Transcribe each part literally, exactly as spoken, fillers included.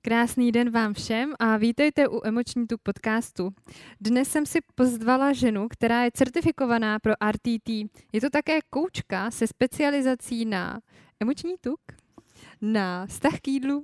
Krásný den vám všem a vítejte u Emoční tuk podcastu. Dnes jsem si pozvala ženu, která je certifikovaná pro R T T. Je to také koučka se specializací na emoční tuk, na vztah k jídlu,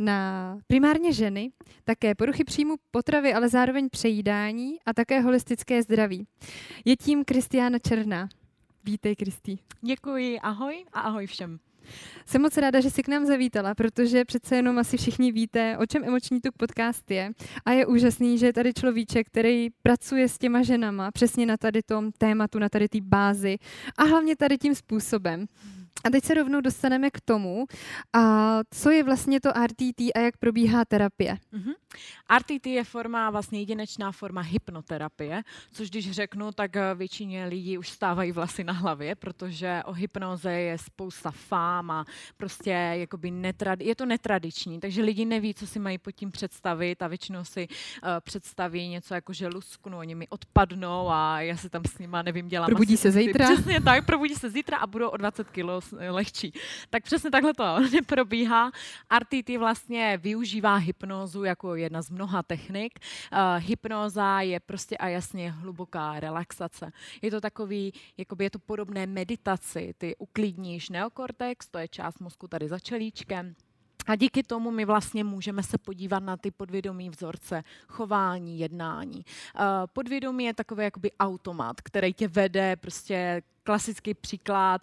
na primárně ženy, také poruchy příjmu potravy, ale zároveň přejídání a také holistické zdraví. Je tím Kristiána Černá. Vítej, Kristý. Děkuji, ahoj a ahoj všem. Jsem moc ráda, že jsi k nám zavítala, protože přece jenom asi všichni víte, o čem Emoční tuk podcast je. A je úžasný, že je tady človíček, který pracuje s těma ženama přesně na tady tom tématu, na tady té bázi a hlavně tady tím způsobem. A teď se rovnou dostaneme k tomu, a co je vlastně to R T T a jak probíhá terapie. Mm-hmm. R T T je forma, vlastně jedinečná forma hypnoterapie, což když řeknu, tak většině lidí už stávají vlasy na hlavě, protože o hypnoze je spousta fám a prostě jakoby netradi- je to netradiční, takže lidi neví, co si mají pod tím představit a většinou si uh, představí něco jako, že lusknu, oni mi odpadnou a já se tam s nima, nevím, dělám. Probudí se zítra. Přesně tak, probudí se zítra a budou o dvacet kilo lehčí. Tak přesně takhle to neprobíhá. R T T vlastně využívá hypnózu jako jedna z mnoha technik. Uh, hypnóza je prostě a jasně hluboká relaxace. Je to takový, jakoby je to podobné meditaci. Ty uklidníš neokortex, to je část mozku tady za čelíčkem. A díky tomu my vlastně můžeme se podívat na ty podvědomí vzorce chování, jednání. Uh, podvědomí je takový jakoby automat, který tě vede, prostě klasický příklad.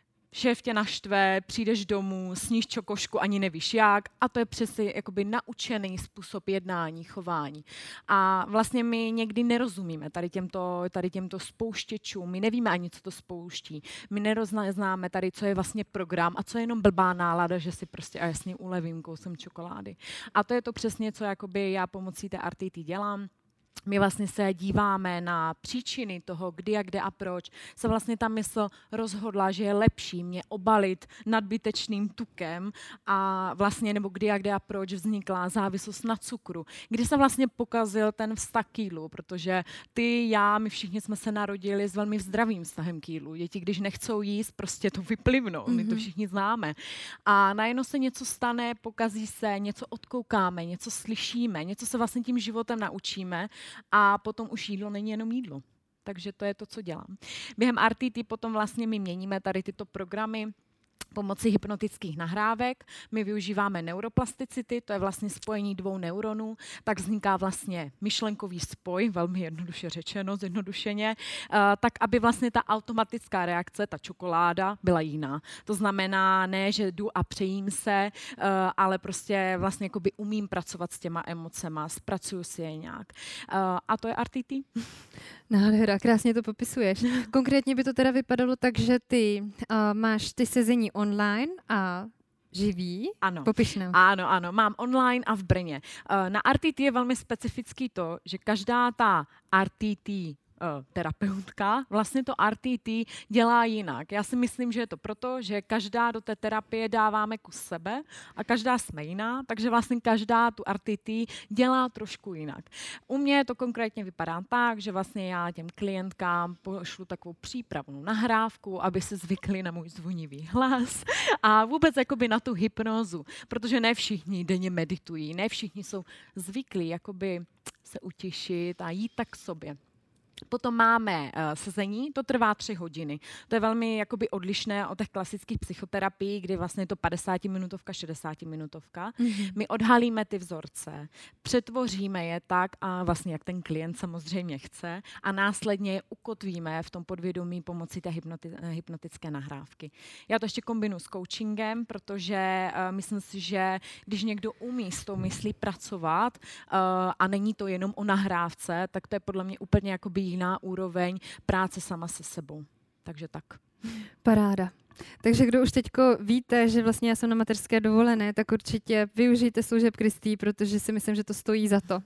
Šéf tě naštve, přijdeš domů, sníš čokošku, ani nevíš jak a to je přesně jakoby naučený způsob jednání, chování. A vlastně my někdy nerozumíme tady těmto, tady těmto spouštěčům, my nevíme ani, co to spouští. My neroznáme tady, co je vlastně program a co je jenom blbá nálada, že si prostě a jasně ulevím kousem čokolády. A to je to přesně, co jakoby já pomocí té R T T dělám. My vlastně se díváme na příčiny toho, kdy a kde a proč se vlastně ta mysl rozhodla, že je lepší mě obalit nadbytečným tukem a vlastně nebo kdy a kde a proč vznikla závislost na cukru. Kdy se vlastně pokazil ten vztah k jídlu, protože ty, já, my všichni jsme se narodili s velmi zdravým vztahem k jídlu. Děti, když nechcou jíst, prostě to vyplivnou, my to všichni známe. A najednou se něco stane, pokazí se, něco odkoukáme, něco slyšíme, něco se vlastně tím životem naučíme. A potom už jídlo není jenom jídlo. Takže to je to, co dělám. Během R T T potom vlastně my měníme tady tyto programy pomocí hypnotických nahrávek. My využíváme neuroplasticity, to je vlastně spojení dvou neuronů, tak vzniká vlastně myšlenkový spoj, velmi jednoduše řečeno, zjednodušeně, uh, tak aby vlastně ta automatická reakce, ta čokoláda, byla jiná. To znamená ne, že jdu a přejím se, uh, ale prostě vlastně jakoby umím pracovat s těma emocema, zpracuju si je nějak. Uh, a to je R T T. Nádhera, krásně to popisuješ. Konkrétně by to teda vypadalo tak, že ty uh, máš ty sezení online a živý. Ano. Popiš nám. Ano, ano, mám online a v Brně. Uh, na R T T je velmi specifický to, že každá ta R T T Uh, terapeutka, vlastně to R T T dělá jinak. Já si myslím, že je to proto, že každá do té terapie dáváme kus sebe a každá jsme jiná, takže vlastně každá tu R T T dělá trošku jinak. U mě to konkrétně vypadá tak, že vlastně já těm klientkám pošlu takovou přípravnou nahrávku, aby se zvykli na můj zvonivý hlas a vůbec jakoby na tu hypnózu, protože ne všichni denně meditují, ne všichni jsou zvyklí jakoby se utěšit a jít tak k sobě. Potom máme uh, sezení, to trvá tři hodiny. To je velmi jakoby odlišné od těch klasických psychoterapií, kdy vlastně je to padesátiminutovka, šedesátiminutovka. Mm-hmm. My odhalíme ty vzorce, přetvoříme je tak, a vlastně jak ten klient samozřejmě chce, a následně je ukotvíme v tom podvědomí pomocí té hypnoti- hypnotické nahrávky. Já to ještě kombinuji s coachingem, protože uh, myslím si, že když někdo umí s tou myslí pracovat uh, a není to jenom o nahrávce, tak to je podle mě úplně jakoby jiná úroveň práce sama se sebou. Takže tak. Paráda. Takže kdo už teďko víte, že vlastně já jsem na mateřské dovolené, tak určitě využijte služeb Kristý, protože si myslím, že to stojí za to.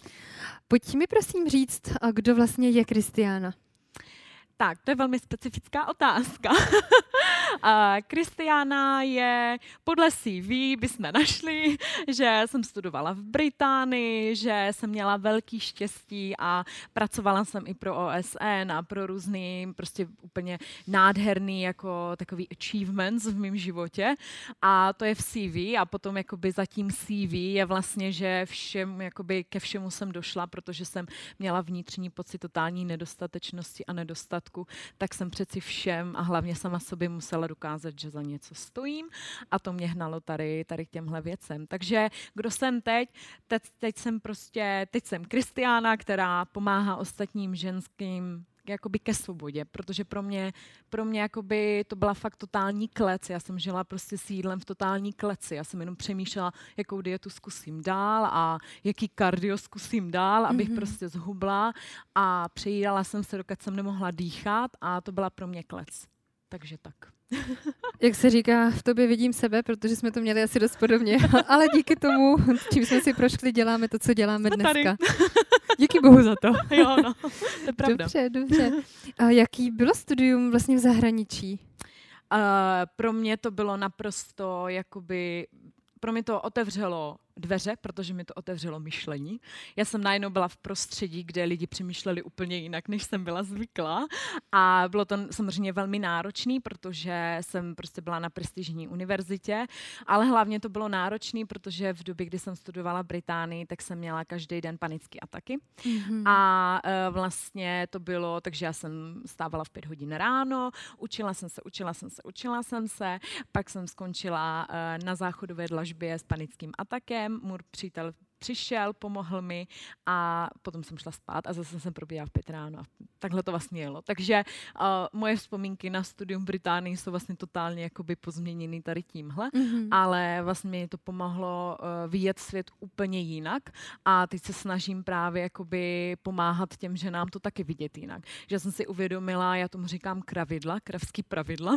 Pojď mi prosím říct, kdo vlastně je Kristiána. Tak, to je velmi specifická otázka. A Kristiána je, podle C V bychom našli, že jsem studovala v Británii, že jsem měla velký štěstí a pracovala jsem i pro O S N a pro různý prostě úplně nádherný jako takový achievements v mém životě. A to je v C V a potom jakoby za tím C V je vlastně, že všem, jakoby ke všemu jsem došla, protože jsem měla vnitřní pocit totální nedostatečnosti a nedostatku, tak jsem přeci všem a hlavně sama sobě musela dokázat, že za něco stojím a to mě hnalo tady, tady k těmhle věcem. Takže kdo jsem teď? Teď, teď jsem prostě, teď jsem Kristiána, která pomáhá ostatním ženským jakoby ke svobodě, protože pro mě, pro mě jakoby to byla fakt totální klec. Já jsem žila prostě s jídlem v totální kleci. Já jsem jenom přemýšlela, jakou dietu zkusím dál a jaký kardio zkusím dál, abych mm-hmm. prostě zhubla a přejídala jsem se, dokud jsem nemohla dýchat a to byla pro mě klec. Takže tak. Jak se říká, v tobě vidím sebe, protože jsme to měli asi dost podobně, ale díky tomu, čím jsme si prošli, děláme to, co děláme jsme dneska. Tady. Díky bohu za to. Jo, no, to je pravda. Dobře, dobře. A jaký bylo studium vlastně v zahraničí? Uh, pro mě to bylo naprosto, jakoby, pro mě to otevřelo dveře, protože mi to otevřelo myšlení. Já jsem najednou byla v prostředí, kde lidi přemýšleli úplně jinak, než jsem byla zvyklá. A bylo to samozřejmě velmi náročný, protože jsem prostě byla na prestižní univerzitě, ale hlavně to bylo náročný, protože v době, kdy jsem studovala v Británii, tak jsem měla každý den panické ataky. Mm-hmm. A uh, vlastně to bylo, takže já jsem stávala v pět hodin ráno, učila jsem se, učila jsem se, učila jsem se, pak jsem skončila uh, na záchodové dlažbě s panickým atakem. Můj přítel přišel, pomohl mi a potom jsem šla spát a zase jsem probíhala v pět ráno a takhle to vlastně jelo. Takže uh, moje vzpomínky na studium v Británii jsou vlastně totálně jakoby pozměněný tady tímhle, mm-hmm. ale vlastně mi to pomohlo uh, vidět svět úplně jinak a teď se snažím právě jakoby pomáhat těm ženám to taky vidět jinak. Že jsem si uvědomila, já tomu říkám kravidla, kravský pravidla.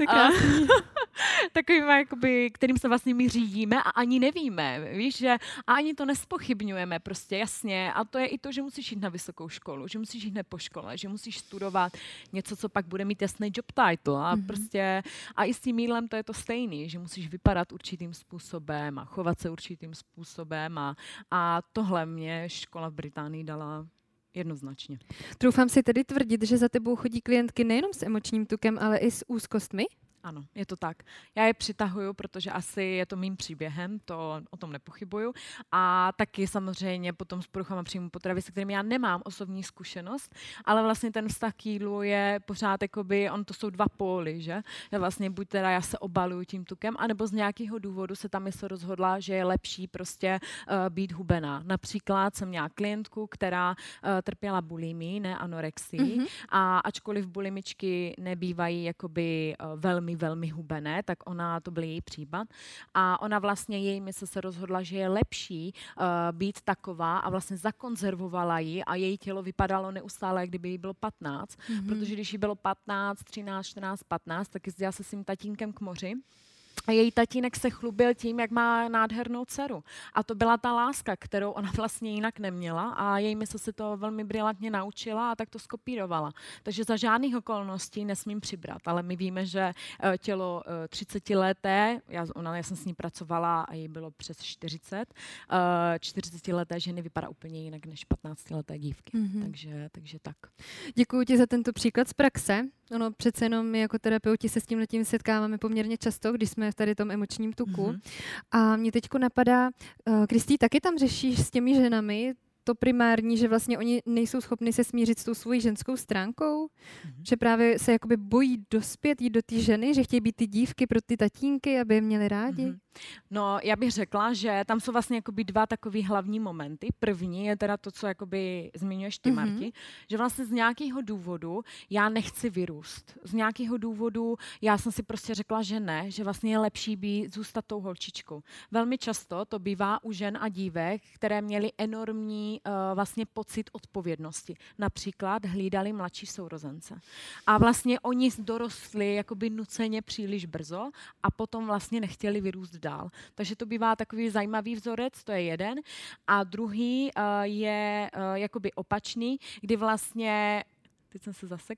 Takovým, jakoby, kterým se vlastně my řídíme a ani nevíme, víš, že a ani to nespochybňujeme prostě, jasně. A to je i to, že musíš jít na vysokou školu, že musíš jít hned po škole, že musíš studovat něco, co pak bude mít jasný job title a mm-hmm. prostě a i s tím jídlem to je to stejný, že musíš vypadat určitým způsobem a chovat se určitým způsobem a, a tohle mě škola v Británii dala jednoznačně. Troufám si tedy tvrdit, že za tebou chodí klientky nejenom s emočním tukem, ale i s úzkostmi? Ano, je to tak. Já je přitahuju, protože asi je to mým příběhem, to o tom nepochybuju. A taky samozřejmě potom s poruchama příjmu potravy, se kterými já nemám osobní zkušenost, ale vlastně ten vztah k jídlu je pořád jakoby, on to jsou dva póly, že? Já vlastně buď teda já se obaluju tím tukem, anebo z nějakého důvodu se tam mysl rozhodla, že je lepší prostě uh, být hubená. Například jsem měla klientku, která uh, trpěla bulimii, ne anorexii, mm-hmm. a ačkoliv bulimičky nebývají jakoby uh, velmi velmi hubené, tak ona, to byl její případ. A ona vlastně, její mysl se rozhodla, že je lepší uh, být taková a vlastně zakonzervovala ji a její tělo vypadalo neustále, jak kdyby jí bylo patnáct. Mm-hmm. Protože když jí bylo patnáct, třináct, čtrnáct, patnáct, tak jezdila se svým tatínkem k moři. A její tatínek se chlubil tím, jak má nádhernou dceru. A to byla ta láska, kterou ona vlastně jinak neměla a její mysl se to velmi brilantně naučila a tak to skopírovala. Takže za žádných okolností nesmím přibrat, ale my víme, že tělo třicetileté, já, ona, já jsem s ní pracovala a jí bylo přes čtyřicet, čtyřicetileté ženy vypadá úplně jinak než patnáctileté dívky. Mm-hmm. Takže, takže tak. Děkuji ti za tento příklad z praxe. Ono přece jenom my jako terapeuti se s tím letím setkáváme poměrně často, když jsme v tady tom emočním tuku. Mm-hmm. A mě teďko napadá, uh, Kristý, taky tam řešíš s těmi ženami to primární, že vlastně oni nejsou schopni se smířit s tou svojí ženskou stránkou, mm-hmm. že právě se jakoby bojí dospět, jít do té ženy, že chtějí být ty dívky pro ty tatínky, aby je měli rádi. Mm-hmm. No, já bych řekla, že tam jsou vlastně jakoby dva takový hlavní momenty. První je teda to, co jakoby zmiňuješ ty, mm-hmm. Marti, že vlastně z nějakého důvodu já nechci vyrůst. Z nějakého důvodu já jsem si prostě řekla, že ne, že vlastně je lepší být, zůstat tou holčičkou. Velmi často to bývá u žen a dívek, které měly enormní uh, vlastně pocit odpovědnosti. Například hlídali mladší sourozence. A vlastně oni dorostli jakoby nuceně příliš brzo a potom vlastně nechtěli vyrůst dál. Takže to bývá takový zajímavý vzorec, to je jeden. A druhý uh, je uh, jakoby opačný, kdy vlastně, teď jsem se zasekla,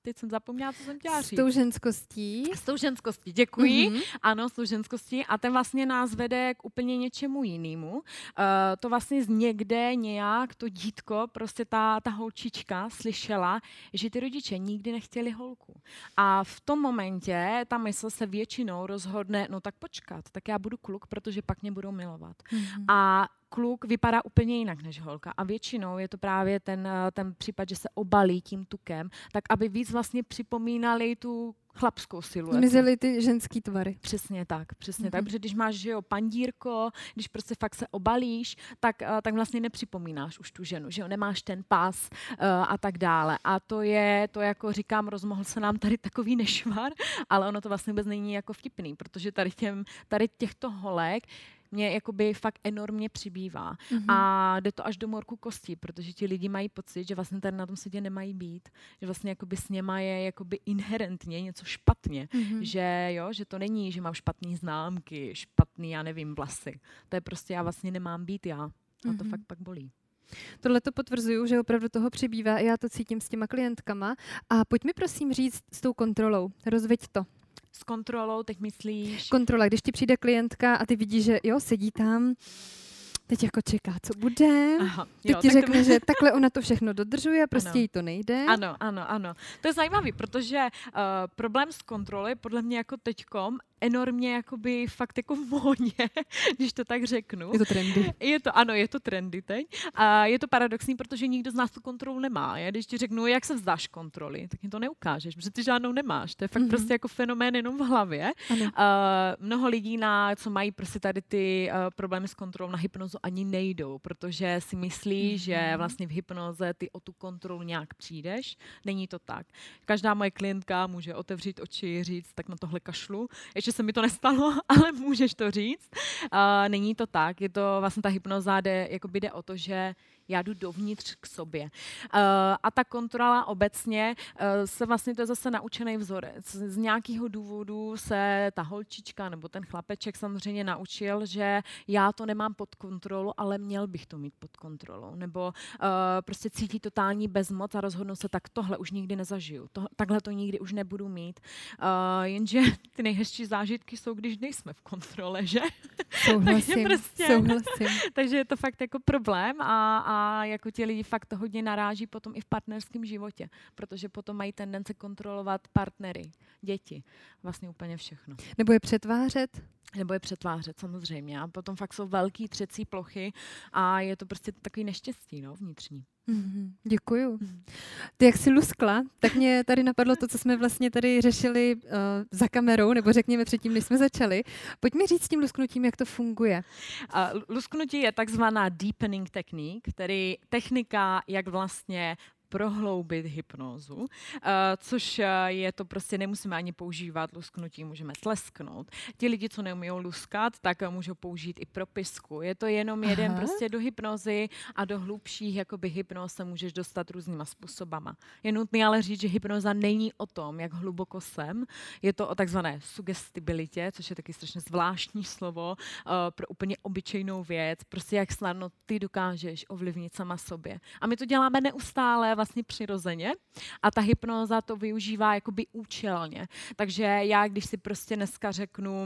teď jsem zapomněla, co jsem chtěla říct. S tou ženskostí. S tou ženskostí, děkuji. Mm-hmm. Ano, s tou ženskostí. A ten vlastně nás vede k úplně něčemu jinému. Uh, to vlastně z někde nějak to dítko, prostě ta, ta holčička slyšela, že ty rodiče nikdy nechtěli holku. A v tom momentě ta mysl se většinou rozhodne, no tak počkat, tak já budu kluk, protože pak mě budou milovat. Mm-hmm. A kluk vypadá úplně jinak než holka a většinou je to právě ten, ten případ, že se obalí tím tukem, tak aby víc vlastně připomínali tu chlapskou siluetu. Zmizely ty ženský tvary. Přesně tak, přesně mm-hmm. tak, protože když máš, že jo, pandírko, když prostě fakt se obalíš, tak, tak vlastně nepřipomínáš už tu ženu, že jo, nemáš ten pás uh, a tak dále. A to je, to jako říkám, rozmohl se nám tady takový nešvar, ale ono to vlastně vůbec není jako vtipný, protože tady, těm, tady těchto holek mě jakoby fakt enormně přibývá. Mm-hmm. A jde to až do morku kostí, protože ti lidi mají pocit, že vlastně tady na tom světě nemají být. Že vlastně jakoby s něma je jakoby inherentně něco špatně. Mm-hmm. Že jo, že to není, že mám špatný známky, špatný, já nevím, vlasy. To je prostě, já vlastně nemám být já. A to mm-hmm. fakt pak bolí. Tohle to potvrzuju, že opravdu toho přibývá. Já to cítím s těma klientkama. A pojď mi prosím říct s tou kontrolou. Rozveď to. S kontrolou, teď myslíš? Kontrola, když ti přijde klientka a ty vidíš, že jo, sedí tam, teď jako čeká, co bude. Aha, teď jo, ti tak řekne, to... že takhle ona to všechno dodržuje, prostě ano. jí to nejde. Ano, ano, ano. To je zajímavý, protože uh, problém s kontrolou je podle mě jako teďkom enormně jakoby fakt jako v módě, když to tak řeknu. Je to trendy. Je to, ano, je to trendy teď. A je to paradoxní, protože nikdo z nás tu kontrolu nemá. Já když ti řeknu, jak se vzdáš kontroly, tak mi to neukážeš, protože ty žádnou nemáš. To je fakt mm-hmm. prostě jako fenomén jenom v hlavě. Uh, mnoho lidí, na, co mají prostě tady ty uh, problémy s kontrolou na hypnozu, ani nejdou, protože si myslí, mm-hmm. že vlastně v hypnoze ty o tu kontrolu nějak přijdeš. Není to tak. Každá moje klientka může otevřít oči, říct, tak na tohle kašlu. Ještě se mi to nestalo, ale můžeš to říct. Uh, není to tak. Je to vlastně ta hypnoza, jde, jakoby jde o to, že já jdu dovnitř k sobě. Uh, a ta kontrola obecně uh, se vlastně, to je zase naučený vzorec. Z nějakého důvodu se ta holčička nebo ten chlapeček samozřejmě naučil, že já to nemám pod kontrolou, ale měl bych to mít pod kontrolou. Nebo uh, prostě cítí totální bezmoc a rozhodnou se, tak tohle už nikdy nezažiju. To, takhle to nikdy už nebudu mít. Uh, jenže ty nejhezčí zážitky jsou, když nejsme v kontrole, že? Souhlasím, prostě, souhlasím. Takže je to fakt jako problém a, a jako ti lidi fakt to hodně naráží potom i v partnerském životě, protože potom mají tendence kontrolovat partnery, děti, vlastně úplně všechno. Nebo je přetvářet? Nebo je přetvářet, samozřejmě. A potom fakt jsou velký třecí plochy a je to prostě takový neštěstí, no, vnitřní. Mm-hmm, děkuju. Ty jak jsi luskla, tak mě tady napadlo to, co jsme vlastně tady řešili uh, za kamerou, nebo řekněme předtím, než jsme začali. Pojď mi říct s tím lusknutím, jak to funguje. Uh, lusknutí je takzvaná deepening technique, tedy technika, jak vlastně prohloubit hypnózu, uh, což uh, je to prostě, nemusíme ani používat lusknutí, můžeme tlesknout. Ti lidi, co neumí luskat, tak uh, můžou použít i propisku. Je to jenom jeden Aha. prostě do hypnozy a do hlubších jakoby hypnoz se můžeš dostat různýma způsobama. Je nutné ale říct, že hypnoza není o tom, jak hluboko jsem. Je to o takzvané sugestibilitě, což je taky strašně zvláštní slovo uh, pro úplně obyčejnou věc. Prostě jak snadno ty dokážeš ovlivnit sama sobě. A my to děláme neustále, vlastně přirozeně a ta hypnóza to využívá jakoby účelně. Takže já, když si prostě dneska řeknu,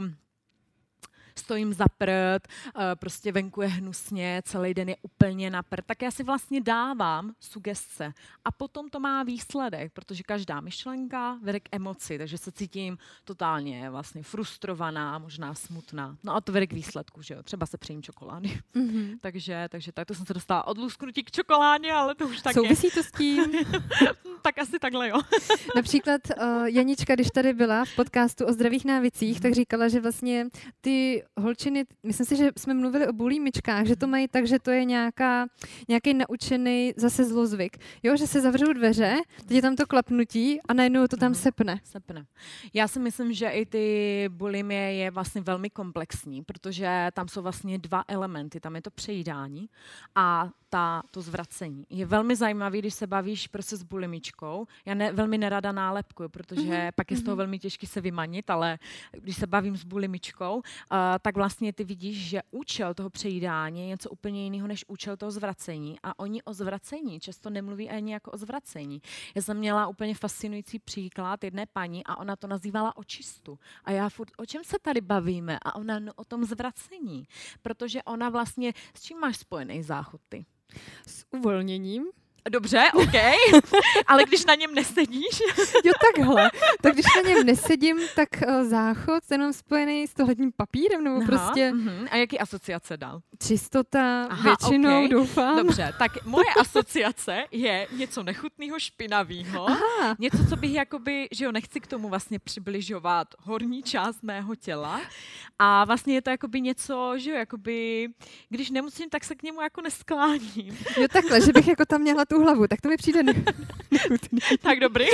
stojím za prd, prostě venku je hnusně, celý den je úplně na prd, tak já si vlastně dávám sugestce. A potom to má výsledek, protože každá myšlenka vede k emoci, takže se cítím totálně vlastně frustrovaná, možná smutná. No a to vede k výsledku, že jo, třeba se přejím čokolády. Mm-hmm. takže, takže tak to jsem se dostala od lusknutí k čokoládě, ale to už tak Souvisí to s tím? Tak asi takhle, jo. Například uh, Janička, když tady byla v podcastu o zdravých návicích, mm-hmm. tak říkala, že vlastně ty holčiny, myslím si, že jsme mluvili o bulimičkách, že to mají tak, že to je nějaká, nějaký naučený zase zlozvyk. Jo, že se zavřou dveře, teď je tam to klapnutí a najednou to tam sepne. Sepne. Já si myslím, že i ty bulimie je vlastně velmi komplexní, protože tam jsou vlastně dva elementy. Tam je to přejídání a ta, to zvracení. Je velmi zajímavý, když se bavíš prostě s bulimičkou, Já ne, velmi nerada nálepkuju, protože Mm-hmm. pak je z toho velmi těžké se vymanit, ale když se bavím s bulimičkou, uh, tak vlastně ty vidíš, že účel toho přejídání je něco úplně jiného než účel toho zvracení. A oni o zvracení často nemluví ani jako o zvracení. Já jsem měla úplně fascinující příklad jedné paní a ona to nazývala očistu. A já furt, o čem se tady bavíme? A ona no, o tom zvracení. Protože ona vlastně, s čím máš spojený záchod ty? S uvolněním. Dobře, OK, ale když na něm nesedíš? Jo, takhle. Tak když na něm nesedím, tak uh, záchod je jenom spojený s tohletním papírem, nebo Aha, prostě uh-huh. A jaký asociace dal? čistota, Aha, většinou, okay. doufám. Dobře, tak moje asociace je něco nechutného, špinavého, něco, co bych jakoby, že jo, nechci k tomu vlastně přibližovat horní část mého těla a vlastně je to jakoby něco, že jo, jakoby, když nemusím, tak se k němu jako neskláním. Jo, takhle, že bych jako tam měla tu hlavu, tak to mi přijde nechutný. Tak dobrý.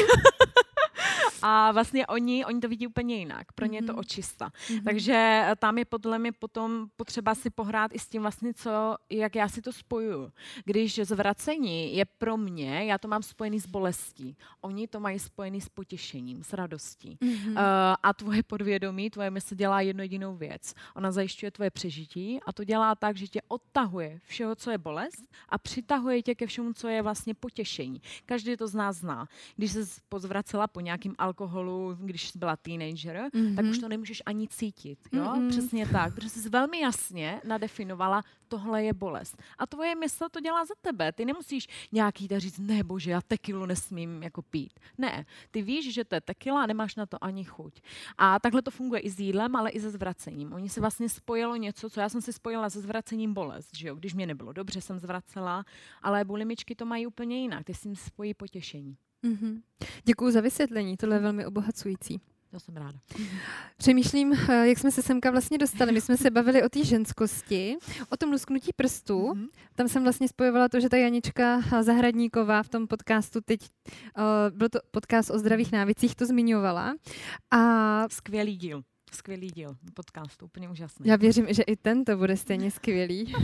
A vlastně oni, oni to vidí úplně jinak. Pro ně je to očista. Mm-hmm. Takže tam je podle mě potom potřeba si pohrát i s tím vlastně, co, jak já si to spojuju. Když zvracení je pro mě, já to mám spojený s bolestí. Oni to mají spojený s potěšením, s radostí. Mm-hmm. Uh, a tvoje podvědomí, tvoje mysl dělá jednu jedinou věc. Ona zajišťuje tvoje přežití a to dělá tak, že tě odtahuje všeho, co je bolest a přitahuje tě ke všemu, co je vlastně potěšení. Každý to z nás zná. Když se pozvracela po nějakým alkoholu, když jsi byla teenager, mm-hmm. tak už to nemůžeš ani cítit. Jo? Mm-hmm. Přesně tak, protože jsi velmi jasně nadefinovala, tohle je bolest. A tvoje mysl to dělá za tebe. Ty nemusíš nějaký tak říct, ne bože, já tekilu nesmím jako pít. Ne, ty víš, že to je tekila a nemáš na to ani chuť. A takhle to funguje i s jídlem, ale i se zvracením. Oni se vlastně spojilo něco, co já jsem si spojila se zvracením bolest. Že jo? Když mě nebylo dobře, jsem zvracela, ale bulimičky to mají úplně jinak. Ty s tím spojí potěšení. Mm-hmm. Děkuju za vysvětlení, tohle je velmi obohacující. To jsem ráda. Přemýšlím, jak jsme se semka vlastně dostali. My jsme se bavili o té ženskosti, o tom lusknutí prstů. Mm-hmm. Tam jsem vlastně spojovala to, že ta Janička Zahradníková v tom podcastu teď, uh, byl to podcast o zdravých návicích, to zmiňovala. A skvělý díl. Skvělý díl podcastu, úplně úžasný. Já věřím, že i tento bude stejně skvělý.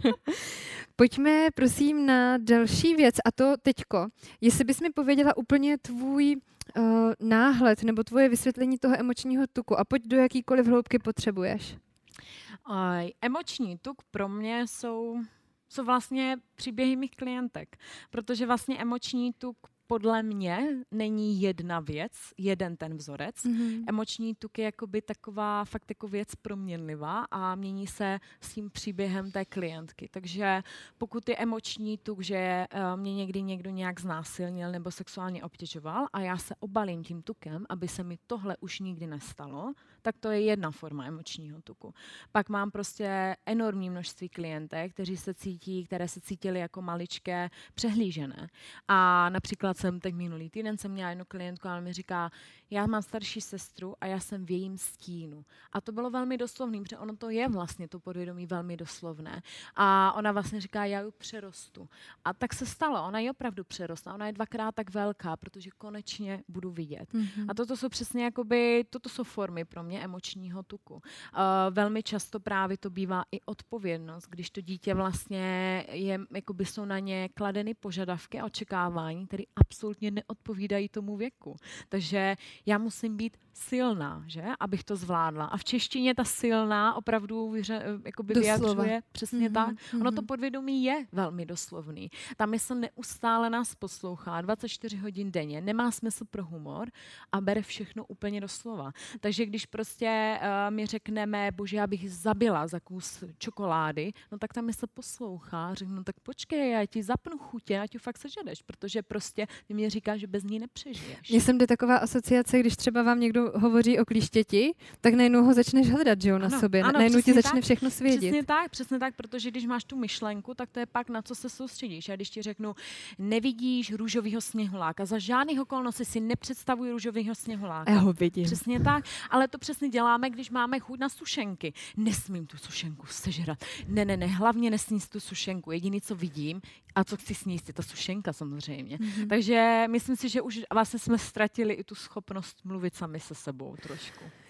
Pojďme prosím na další věc a to teďko. Jestli bys mi pověděla úplně tvůj uh, náhled nebo tvoje vysvětlení toho emočního tuku a pojď do jakýkoliv hloubky potřebuješ. Uh, emoční tuk pro mě jsou, jsou vlastně příběhy mých klientek, protože vlastně emoční tuk podle mě není jedna věc, jeden ten vzorec. Mm-hmm. Emoční tuk je jakoby taková fakt jako věc proměnlivá a mění se s tím příběhem té klientky. Takže pokud je emoční tuk, že uh, mě někdy někdo nějak znásilnil nebo sexuálně obtěžoval a já se obalím tím tukem, aby se mi tohle už nikdy nestalo, tak to je jedna forma emočního tuku. Pak mám prostě enormní množství klientek, kteří se cítí, které se cítily jako maličké přehlížené. A například jsem teď minulý týden jsem měla jednu klientku a ona mi říká, já mám starší sestru a já jsem v jejím stínu. A to bylo velmi doslovné, protože ono to je vlastně to podvědomí velmi doslovné. A ona vlastně říká, já ji přerostu. A tak se stalo, ona ji opravdu přerostla. Ona je dvakrát tak velká, protože konečně budu vidět. Mm-hmm. A toto jsou přesně jakoby, toto jsou formy pro mě emočního tuku. Uh, velmi často právě to bývá i odpovědnost, když to dítě vlastně je, jakoby jsou na ně kladeny požadavky a očekávání, které absolutně neodpovídají tomu věku. Takže já musím být silná, že? Abych to zvládla. A v češtině ta silná opravdu vyře, jakoby vyjadřuje přesně mm-hmm, tak. Mm-hmm. Ono to podvědomí je velmi doslovný. Ta mysl neustále nás poslouchá dvacet čtyři hodin denně, nemá smysl pro humor a bere všechno úplně doslova. Takže když prostě uh, mi řekneme, bože, já bych zabila za kus čokolády, no tak ta mysl poslouchá, řeknu, no tak počkej, já ti zapnu chutě, ať ju fakt sežedeš, protože prostě ty mě říká, že bez ní nepřežiješ. Mně sem jde taková asociace, když třeba vám někdo hovoří o klíštěti, tak najednou ho začneš hledat, že jo, na ano, sobě. Ano, najednou ti začne tak, všechno svědět. Přesně tak, přesně tak, protože když máš tu myšlenku, tak to je pak, na co se soustředíš. A když ti řeknu, nevidíš růžovýho sněhuláka, za žádných okolností si nepředstavuji růžovýho sněhuláka. Já ho vidím. Přesně tak, ale to přesně děláme, když máme chuť na sušenky. Nesmím tu sušenku sežrat. Ne, ne, ne, hlavně nesníst tu sušenku. Jediný, co vidím, a co chci sníst, je ta sušenka samozřejmě. Mm-hmm. Takže myslím si, že už vlastně jsme ztratili i tu schopnost mluvit sami se sebou trošku.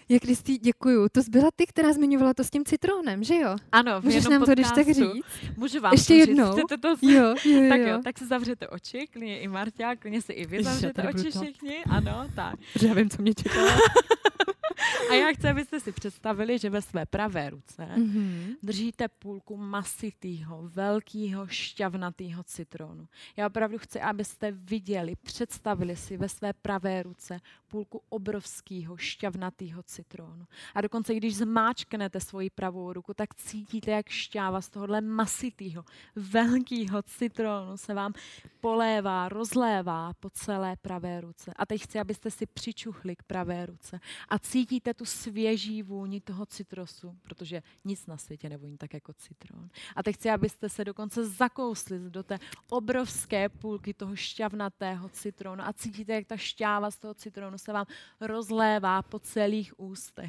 Jak Kristý, děkuju. To byla ty, která zmiňovala to s tím citrónem, že jo? Ano, v Můžeš jednom nám to když podcastu. tak říct? Můžu vám Ještě to říct. jednou? Chcete to Jo, jo, jo. Tak jo, tak si zavřete oči, klidně i Marťa, klidně si i vy zavřete oči všichni. Ano, tak. Já vím, co mě čeká. A já chci, abyste si představili, že ve své pravé ruce mm-hmm. držíte půlku masitýho, velkého, šťavnatého citronu. Já opravdu chci, abyste viděli, představili si ve své pravé ruce půlku obrovského, šťavnatého citronu. A dokonce, když zmáčknete svoji pravou ruku, tak cítíte, jak šťáva z tohohle masitýho, velkého citronu se vám polévá, rozlévá po celé pravé ruce. A teď chci, abyste si přičuchli k pravé ruce a cítíte tu svěží vůni toho citrusu, protože nic na světě nevoní tak jako citron. A teď chci, abyste se dokonce zakousli do té obrovské půlky toho šťavnatého citronu a cítíte, jak ta šťáva z toho citronu se vám rozlévá po celých ústech.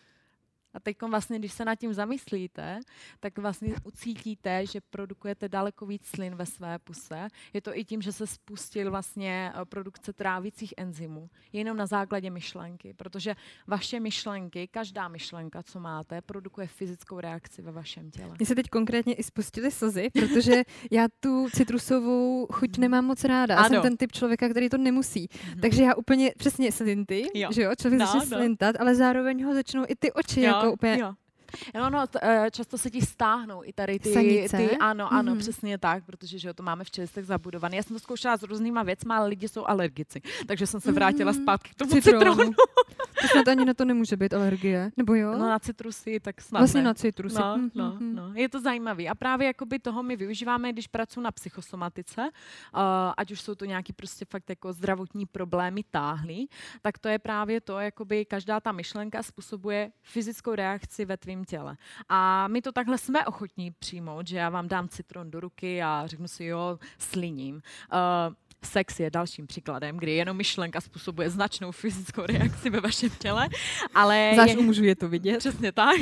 A teď vlastně, když se nad tím zamyslíte, tak vlastně ucítíte, že produkujete daleko víc slin ve své puse. Je to i tím, že se spustil vlastně produkce trávicích enzymů. Jenom na základě myšlenky, protože vaše myšlenky, každá myšlenka, co máte, produkuje fyzickou reakci ve vašem těle. Mně se teď konkrétně i spustily slzy, protože já tu citrusovou chuť nemám moc ráda. Já jsem ten typ člověka, který to nemusí. Mm-hmm. Takže já úplně přesně slinty, jo. že jo, člověk no, začne no. slintat, ale zároveň ho začnou i ty oči jo. jako úplně... Jo. No, no, t- často se ti stáhnou i tady ty, ty ano, ano, mm-hmm. přesně tak, protože že jo, to máme v čelistech zabudované. Já jsem to zkoušela s různýma věcma, ale lidi jsou alergici, takže jsem se vrátila mm-hmm. zpátky k tomu citronu. citronu. To snad ani na to nemůže být alergie, nebo jo? No na citrusy, tak snad Vlastně ne. na citrusy. No, mm-hmm. no, no. Je to zajímavý a právě jakoby toho my využíváme, když pracuji na psychosomatice, uh, ať už jsou to nějaký prostě fakt jako zdravotní problémy táhlý, tak to je právě to, jakoby každá ta myšlenka způsobuje fyzickou reakci ve tvém těle. A my to takhle jsme ochotní přijmout, že já vám dám citron do ruky a řeknu si, jo, sliním. Uh, Sex je dalším příkladem, kdy jenom myšlenka způsobuje značnou fyzickou reakci ve vašem těle. Ale Záš u mužů je to vidět. Přesně tak.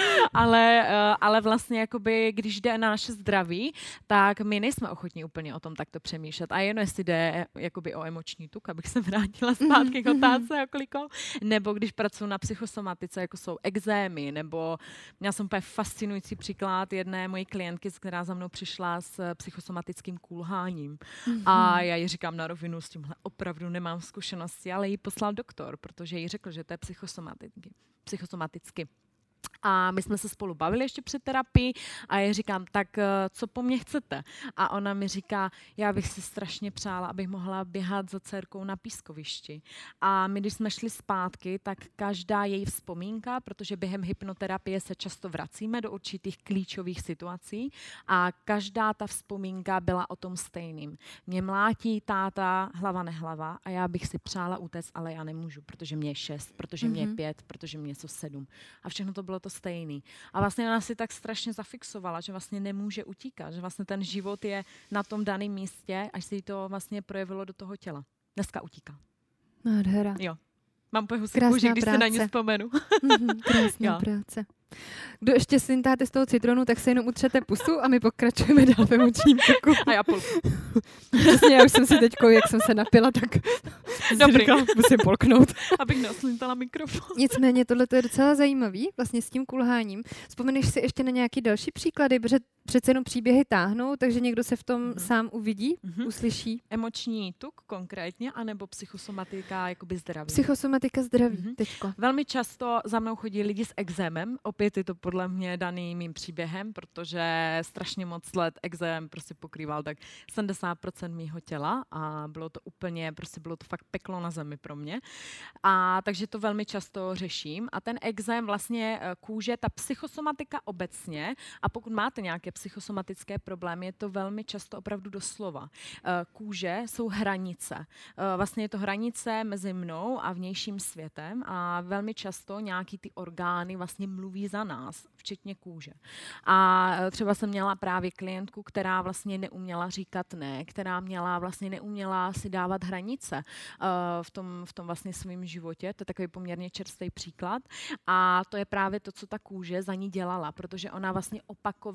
ale, ale vlastně, jakoby, když jde na naše zdraví, tak my nejsme ochotní úplně o tom takto přemýšlet. A jenom jestli jde jakoby o emoční tuk, abych se vrátila zpátky k otázce a koliko, nebo když pracuji na psychosomatice, jako jsou exémy, nebo měla jsem úplně fascinující příklad jedné mojí klientky, která za mnou přišla s psychosomatickým kulháním. Mm-hmm. A já ji říkám na rovinu, s tímhle opravdu nemám zkušenosti, ale jí poslal doktor, protože jí řekl, že to je psychosomaticky. psychosomaticky. A my jsme se spolu bavili ještě před terapii a já říkám, tak co po mně chcete? A ona mi říká, já bych si strašně přála, abych mohla běhat za dcerkou na pískovišti. A my, když jsme šli zpátky, tak každá její vzpomínka, protože během hypnoterapie se často vracíme do určitých klíčových situací a každá ta vzpomínka byla o tom stejným. Mě mlátí táta hlava nehlava a já bych si přála utéct, ale já nemůžu, protože mě je šest, protože mě je pět, protože mě jsou sedm. A všechno to bylo to stejný. A vlastně ona si tak strašně zafixovala, že vlastně nemůže utíkat, že vlastně ten život je na tom daném místě, až se jí to vlastně projevilo do toho těla. Dneska utíká. Nádhera. Jo. Mám úplně husí kůži, když se na ní vzpomenu. Mm-hmm, krásná jo. práce. Kdo ještě slintáte z toho citronu, tak se jenom utřete pusu a my pokračujeme dál ve emočním toku. A já půl. Přesně, já už jsem si teďko, jak jsem se napila, tak Dobrý. Říkala, musím polknout. Abych neoslintala mikrofon. Nicméně tohle je docela zajímavý, vlastně s tím kulháním. Vzpomeneš si ještě na nějaký další příklady, protože přece jenom příběhy táhnou, takže někdo se v tom mm. sám uvidí, mm-hmm. uslyší. Emoční tuk konkrétně, anebo psychosomatika jakoby zdraví? Psychosomatika zdraví, mm-hmm. teďko. Velmi často za mnou chodí lidi s exémem, opět je to podle mě daný mým příběhem, protože strašně moc let exém prostě pokrýval tak sedmdesát procent mýho těla a bylo to úplně, prostě bylo to fakt peklo na zemi pro mě. A takže to velmi často řeším. A ten exém vlastně kůže, ta psychosomatika obecně, a pokud máte nějaké psychosomatické problémy, je to velmi často opravdu doslova. Kůže jsou hranice. Vlastně je to hranice mezi mnou a vnějším světem a velmi často nějaký ty orgány vlastně mluví za nás, včetně kůže. A třeba jsem měla právě klientku, která vlastně neuměla říkat ne, která měla vlastně neuměla si dávat hranice uh, v tom, v tom vlastně svém životě. To je takový poměrně čerstvý příklad. A to je právě to, co ta kůže za ní dělala, protože ona vlastně opakovaně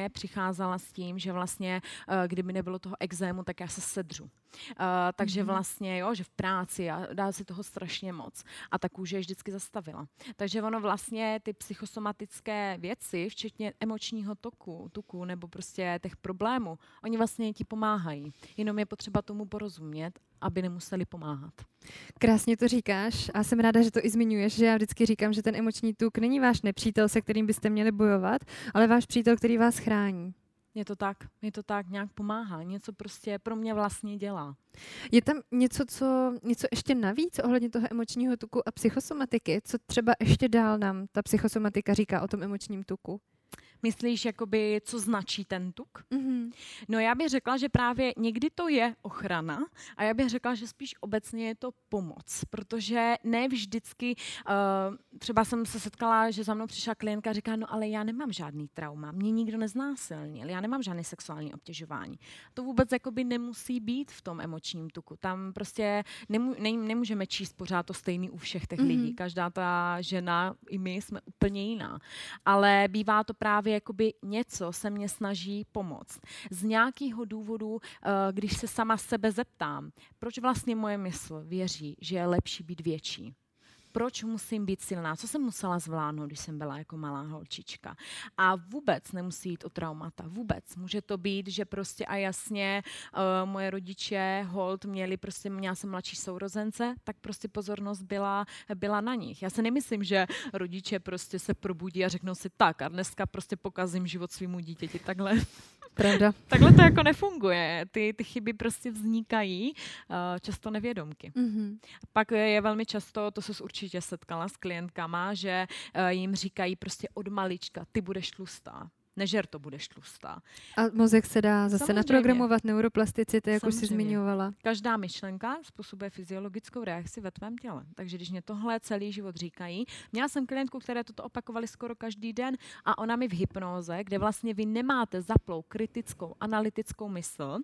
mě přicházela s tím, že vlastně, kdyby nebylo toho exému, tak já se sedřu. Uh, takže vlastně, jo, že v práci a dá si toho strašně moc. A ta kůže je vždycky zastavila. Takže ono vlastně ty psychosomatické věci, včetně emočního toku, tuku nebo prostě těch problémů, oni vlastně ti pomáhají. Jenom je potřeba tomu porozumět, aby nemuseli pomáhat. Krásně to říkáš a jsem ráda, že to i zmiňuješ, že já vždycky říkám, že ten emoční tuk není váš nepřítel, se kterým byste měli bojovat, ale váš přítel, který vás chrání. Je to tak, je to tak, nějak pomáhá, něco prostě pro mě vlastně dělá. Je tam něco, co, něco ještě navíc ohledně toho emočního tuku a psychosomatiky? Co třeba ještě dál nám ta psychosomatika říká o tom emočním tuku? Myslíš, jakoby, co značí ten tuk? Mm-hmm. No já bych řekla, že právě někdy to je ochrana a já bych řekla, že spíš obecně je to pomoc, protože ne vždycky, uh, třeba jsem se setkala, že za mnou přišla klientka a říká, no ale já nemám žádný trauma, mě nikdo neznásilnil, já nemám žádné sexuální obtěžování. To vůbec jakoby nemusí být v tom emočním tuku. Tam prostě nemů- ne- nemůžeme číst pořád to stejný u všech těch mm-hmm. lidí. Každá ta žena, i my jsme úplně jiná. Ale bývá to právě jakoby něco se mě snaží pomoct. Z nějakého důvodu, když se sama sebe zeptám, proč vlastně moje mysl věří, že je lepší být větší? Proč musím být silná? Co jsem musela zvládnout, když jsem byla jako malá holčička? A vůbec nemusí jít o traumata. Vůbec. Může to být, že prostě a jasně uh, moje rodiče hold měli, prostě měla jsem mladší sourozence, tak prostě pozornost byla, byla na nich. Já si nemyslím, že rodiče prostě se probudí a řeknou si tak a dneska prostě pokazím život svýmu dítěti. Takhle. Pravda. Takhle to jako nefunguje. Ty, ty chyby prostě vznikají uh, často nevědomky. Mm-hmm. Pak je velmi často, to se určitě setkala s klientkama, že uh, jim říkají prostě od malička, ty budeš tlustá. Nežer to, budeš tlustá. A mozek se dá zase Samozřejmě. naprogramovat, neuroplasticity, jak už jsi zmiňovala. Každá myšlenka způsobuje fyziologickou reakci ve tvém těle. Takže když mě tohle celý život říkají, měla jsem klientku, které toto opakovali skoro každý den a ona mi v hypnóze, kde vlastně vy nemáte zaplou kritickou, analytickou mysl,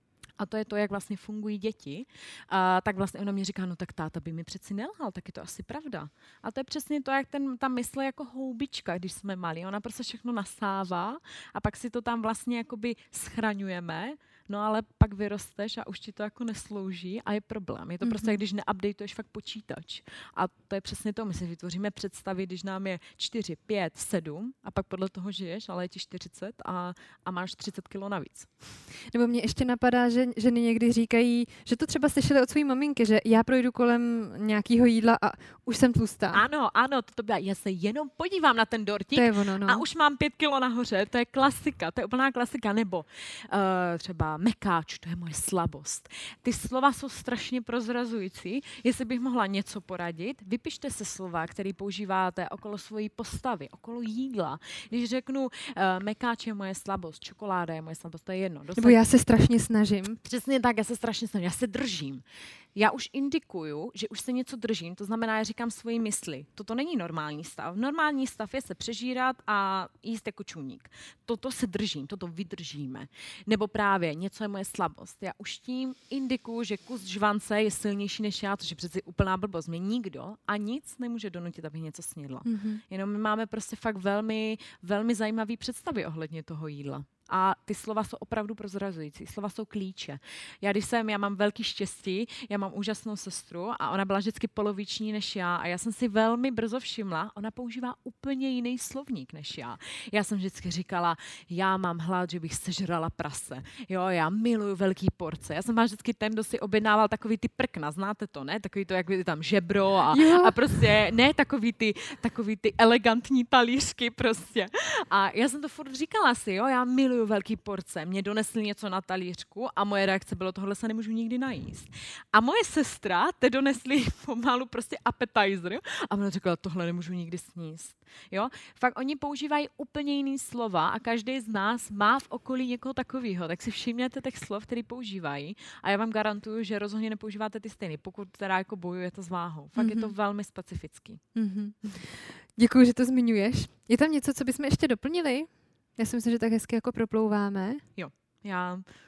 a to je to, jak vlastně fungují děti, a tak vlastně ona mi říká, no tak táta by mi přeci nelhal, tak je to asi pravda. A to je přesně to, jak ten, ta mysl jako houbička, když jsme malí. Ona prostě všechno nasává a pak si to tam vlastně jakoby schraňujeme, no ale pak vyrosteš a už ti to jako neslouží a je problém. Je to mm-hmm. prostě, když neupdateuješ fakt počítač. A to je přesně to, my si vytvoříme představy, když nám je čtyři, pět, sedm a pak podle toho žiješ, ale je ti čtyřicet a, a máš třicet kilo navíc. Nebo mě ještě napadá, že ženy někdy říkají, že to třeba slyšeli od své maminky, že já projdu kolem nějakého jídla a už jsem tlustá. Ano, ano, to byla, já se jenom podívám na ten dortík to je ono, no. A už mám pět kilo nahoře, to je klasika, to je úplná klasika, nebo uh, třeba mekáč, to je moje slabost. Ty slova jsou strašně prozrazující, jestli bych mohla něco poradit, vypište se slova, které používáte okolo svojí postavy, okolo jídla. Když řeknu, uh, mekáč je moje slabost, čokoláda je moje slabost, to je jedno. Dostat... Nebo já se strašně snažím. Přesně tak, já se strašně snažím, já se držím. Já už indikuju, že už se něco držím, to znamená, já říkám svoji mysli. Toto není normální stav. Normální stav je se přežírat a jíst jako čuník. Toto se držím, toto vydržíme. Nebo právě něco je moje slabost. Já už tím indikuju, že kus žvance je silnější než já, což je přeci úplná blbost. Mě nikdo a nic nemůže donutit, abych něco snědla. Mm-hmm. Jenom my máme prostě fakt velmi, velmi zajímavý představy ohledně toho jídla. A ty slova jsou opravdu prozrazující. Slova jsou klíče. Já když jsem, já mám velký štěstí, já mám úžasnou sestru a ona byla vždycky poloviční než já a já jsem si velmi brzo všimla, ona používá úplně jiný slovník než já. Já jsem vždycky říkala, já mám hlad, že bych sežrala prase. Jo, já miluju velký porce. Já jsem má vždycky ten, kdo si objednával takový ty prkna, znáte to, ne? Takový to, jak je tam žebro a, a prostě ne takový ty, takový ty elegantní talířky prostě. A já jsem to furt říkala si, jo, já miluju velký porce. Mě donesli něco na talířku a moje reakce bylo, tohle se nemůžu nikdy najíst. A moje sestra te donesli pomalu prostě appetizer a ona řekla, tohle nemůžu nikdy sníst. Jo? Fakt oni používají úplně jiný slova a každý z nás má v okolí někoho takového. Tak si všimněte těch slov, který používají a já vám garantuju, že rozhodně nepoužíváte ty stejný, pokud teda jako bojujete s váhou. Fakt mm-hmm. je to velmi specifický. Mm-hmm. Děkuji, že to zmiňuješ. Je tam něco, co bychom ještě doplnili? Já si myslím, že tak hezky jako proplouváme. Jo, já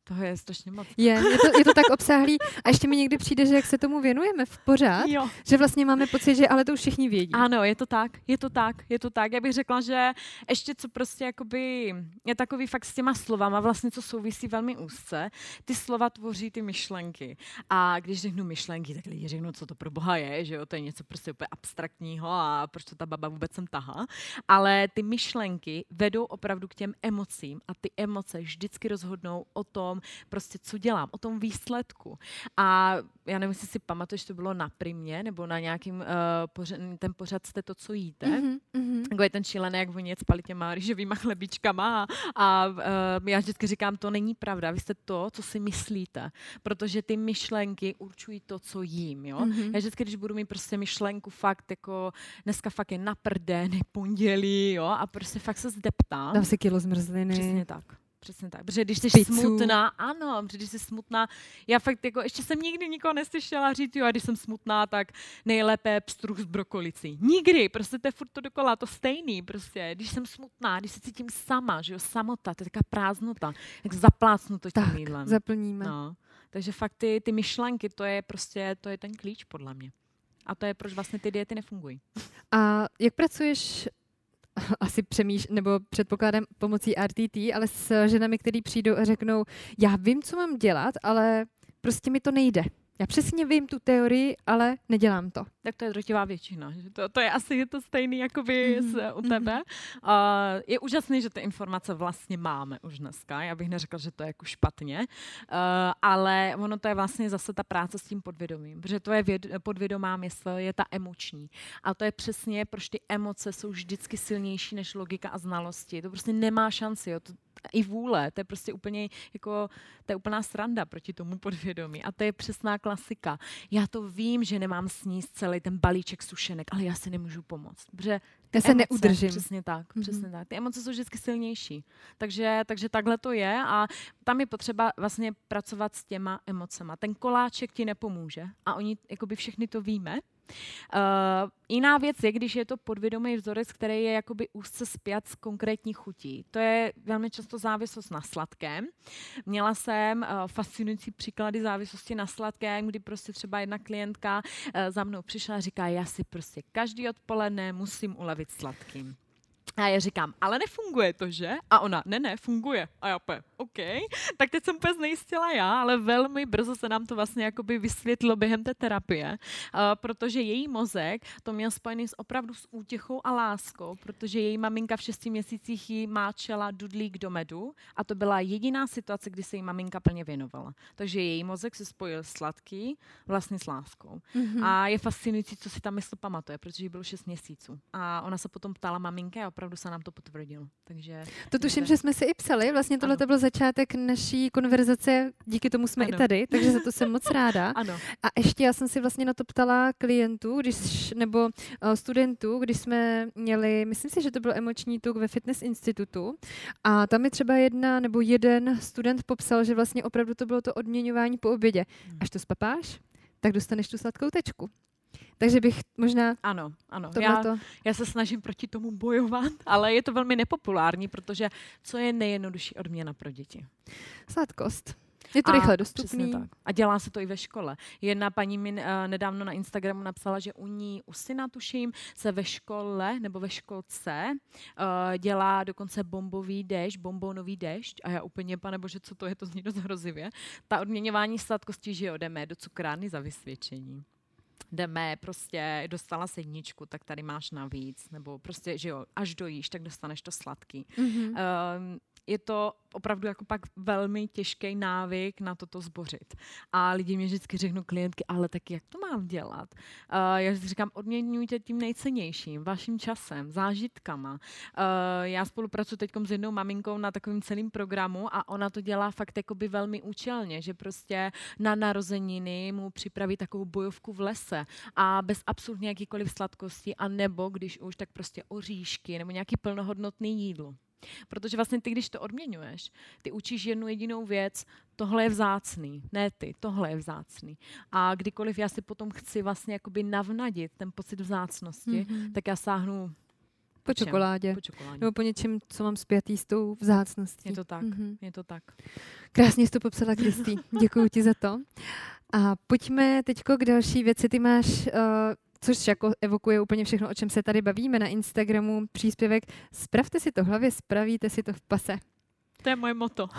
toho je strašně moc. Je, je to, je to tak obsáhlý. A ještě mi někdy přijde, že jak se tomu věnujeme v pořád, Jo. že vlastně máme pocit, že ale to už všichni vědí. Ano, je to tak, je to tak, je to tak. Já bych řekla, že ještě co prostě jakoby je takový fakt s těma slovama, vlastně co souvisí velmi úzce, ty slova tvoří ty myšlenky. A když řeknu myšlenky, tak lidi řeknou, co to pro boha je, že jo, to je něco prostě úplně abstraktního a proč to ta baba vůbec sem tahá. Ale ty myšlenky vedou opravdu k těm emocím a ty emoce vždycky rozhodnou o tom, prostě co dělám, o tom výsledku. A já nevím, jestli si pamatuješ, to bylo na Primě, nebo na nějakým uh, pořad, ten pořad Jste to, co jíte. Mm-hmm, mm-hmm. Jako je ten šílený, jak oni spali těma rýžovýma chlebíčkama a, a uh, já vždycky říkám, to není pravda, vy jste to, co si myslíte, protože ty myšlenky určují to, co jím, jo. Mm-hmm. Já vždycky, když budu mít prostě myšlenku fakt jako dneska fakt je na prden, pondělí, jo, a prostě fakt se zdeptám. Dám si kilo zmrzliny. Přesně tak. Přesně tak, protože když jsi Pizzu. smutná, ano, protože když jsi smutná, já fakt jako, ještě jsem nikdy nikoho neslyšela říct, jo, a když jsem smutná, tak nejlépe pstruh s brokolicí. Nikdy, prostě to je furt to dokola, to stejný, prostě, když jsem smutná, když se cítím sama, že jo, samota, to je taková prázdnota, jak zaplácnu to tím Tak, jídlem. zaplníme. No. Takže fakt ty, ty myšlenky, to je prostě, to je ten klíč podle mě. A to je, proč vlastně ty diety nefungují. A jak pracuješ asi přemýš, nebo předpokládám pomocí R T T, ale s ženami, které přijdou a řeknou, já vím, co mám dělat, ale prostě mi to nejde. Já přesně vím tu teorii, ale nedělám to. Tak to je drtivá většina. Že to, to je asi je to stejný jakoby mm-hmm. u tebe. Uh, je úžasný, že ty informace vlastně máme už dneska. Já bych neřekla, že to je jako špatně, uh, ale ono to je vlastně zase ta práce s tím podvědomím, protože to je věd, podvědomá mysl, je ta emoční. A to je přesně, proč ty emoce jsou vždycky silnější než logika a znalosti. To prostě nemá šanci. Jo. To, i vůle, to je prostě úplně jako, to je úplná sranda proti tomu podvědomí. A to je přesná klasika. Já to vím, že nemám sníst celý ten balíček sušenek, ale já si nemůžu pomoct. Protože já se emoce, neudržím. Přesně tak, mm-hmm. přesně tak. Ty emoce jsou vždycky silnější. Takže, takže takhle to je a tam je potřeba vlastně pracovat s těma emocema. Ten koláček ti nepomůže a oni, jakoby všechny to víme. Uh, jiná věc je, když je to podvědomý vzorec, který je jakoby úzce spjat s konkrétní chutí. To je velmi často závislost na sladkém. Měla jsem uh, fascinující příklady závislosti na sladkém, kdy prostě třeba jedna klientka uh, za mnou přišla a říká, já si prostě každý odpoledne musím ulevit sladkým. A já říkám, ale nefunguje to, že? A ona, ne, ne, funguje. A já pojď, OK. Tak teď jsem úplně znejistila já, ale velmi brzo se nám to vlastně jakoby vysvětlilo během té terapie, uh, protože její mozek to měl spojený s opravdu s útěchou a láskou, protože její maminka v šesti měsících jí máčela dudlík do medu a to byla jediná situace, kdy se jí maminka plně věnovala. Takže její mozek se spojil sladký vlastně s láskou. Mm-hmm. A je fascinující, co si ta mysl pamatuje, protože jí bylo šest měsíců. A ona se potom ptala maminky a opravdu se nám to potvrdilo. Takže, to tuším, že jsme si i psali. Vlastně tohle to byl začátek naší konverzace, díky tomu jsme ano. i tady, takže za to jsem moc ráda. Ano. A ještě já jsem si vlastně na to ptala klientů, když, nebo uh, studentů, když jsme měli, myslím si, že to byl emoční tuk ve Fitness institutu a tam mi třeba jedna nebo jeden student popsal, že vlastně opravdu to bylo to odměňování po obědě. Hmm. Až to spapáš, tak dostaneš tu sladkou tečku. Takže bych možná... Ano, ano. Já, já se snažím proti tomu bojovat, ale je to velmi nepopulární, protože co je nejjednodušší odměna pro děti? Sladkost. Je to a rychle dostupný. Tak. A dělá se to i ve škole. Jedna paní mi uh, nedávno na Instagramu napsala, že u ní, u syna tuším, se ve škole nebo ve školce uh, dělá dokonce bombový déšť, bombonový déšť. A já úplně, pane bože, co to je, to zní dost hrozivě. Ta odměňování sladkosti, že jo, jdeme do cukrárny za vysvědčení. Jdeme, prostě dostala si jedničku, tak tady máš navíc, nebo prostě, že jo, až dojíš, tak dostaneš to sladký. Mm-hmm. Um, je to opravdu jako pak velmi těžký návyk na toto zbořit. A lidi mě vždycky řeknou klientky, ale tak jak to mám dělat? Uh, já vždycky říkám, odměňujte tím nejcennějším, vaším časem, zážitkama. Uh, já spolupracuji teď s jednou maminkou na takovým celým programu a ona to dělá fakt jakoby velmi účelně, že prostě na narozeniny mu připraví takovou bojovku v lese a bez absolutně jakýkoliv sladkosti a nebo když už, tak prostě oříšky nebo nějaký plnohodnotný jídlo. Protože vlastně ty, když to odměňuješ, ty učíš jednu jedinou věc, tohle je vzácný, ne ty, tohle je vzácný. A kdykoliv já si potom chci vlastně jakoby navnadit ten pocit vzácnosti, mm-hmm. tak já sáhnu Po čokoládě. Po čokoládě. Nebo po něčem, co mám spjatý s tou vzácností. Je to tak, mm-hmm. je to tak. Krásně jsi to popsala, Kristý. Děkuji ti za to. A pojďme teďko k další věci. Ty máš, uh, což jako evokuje úplně všechno, o čem se tady bavíme na Instagramu, příspěvek Spravte si to v hlavě, spravíte si to v pase. To je moje moto.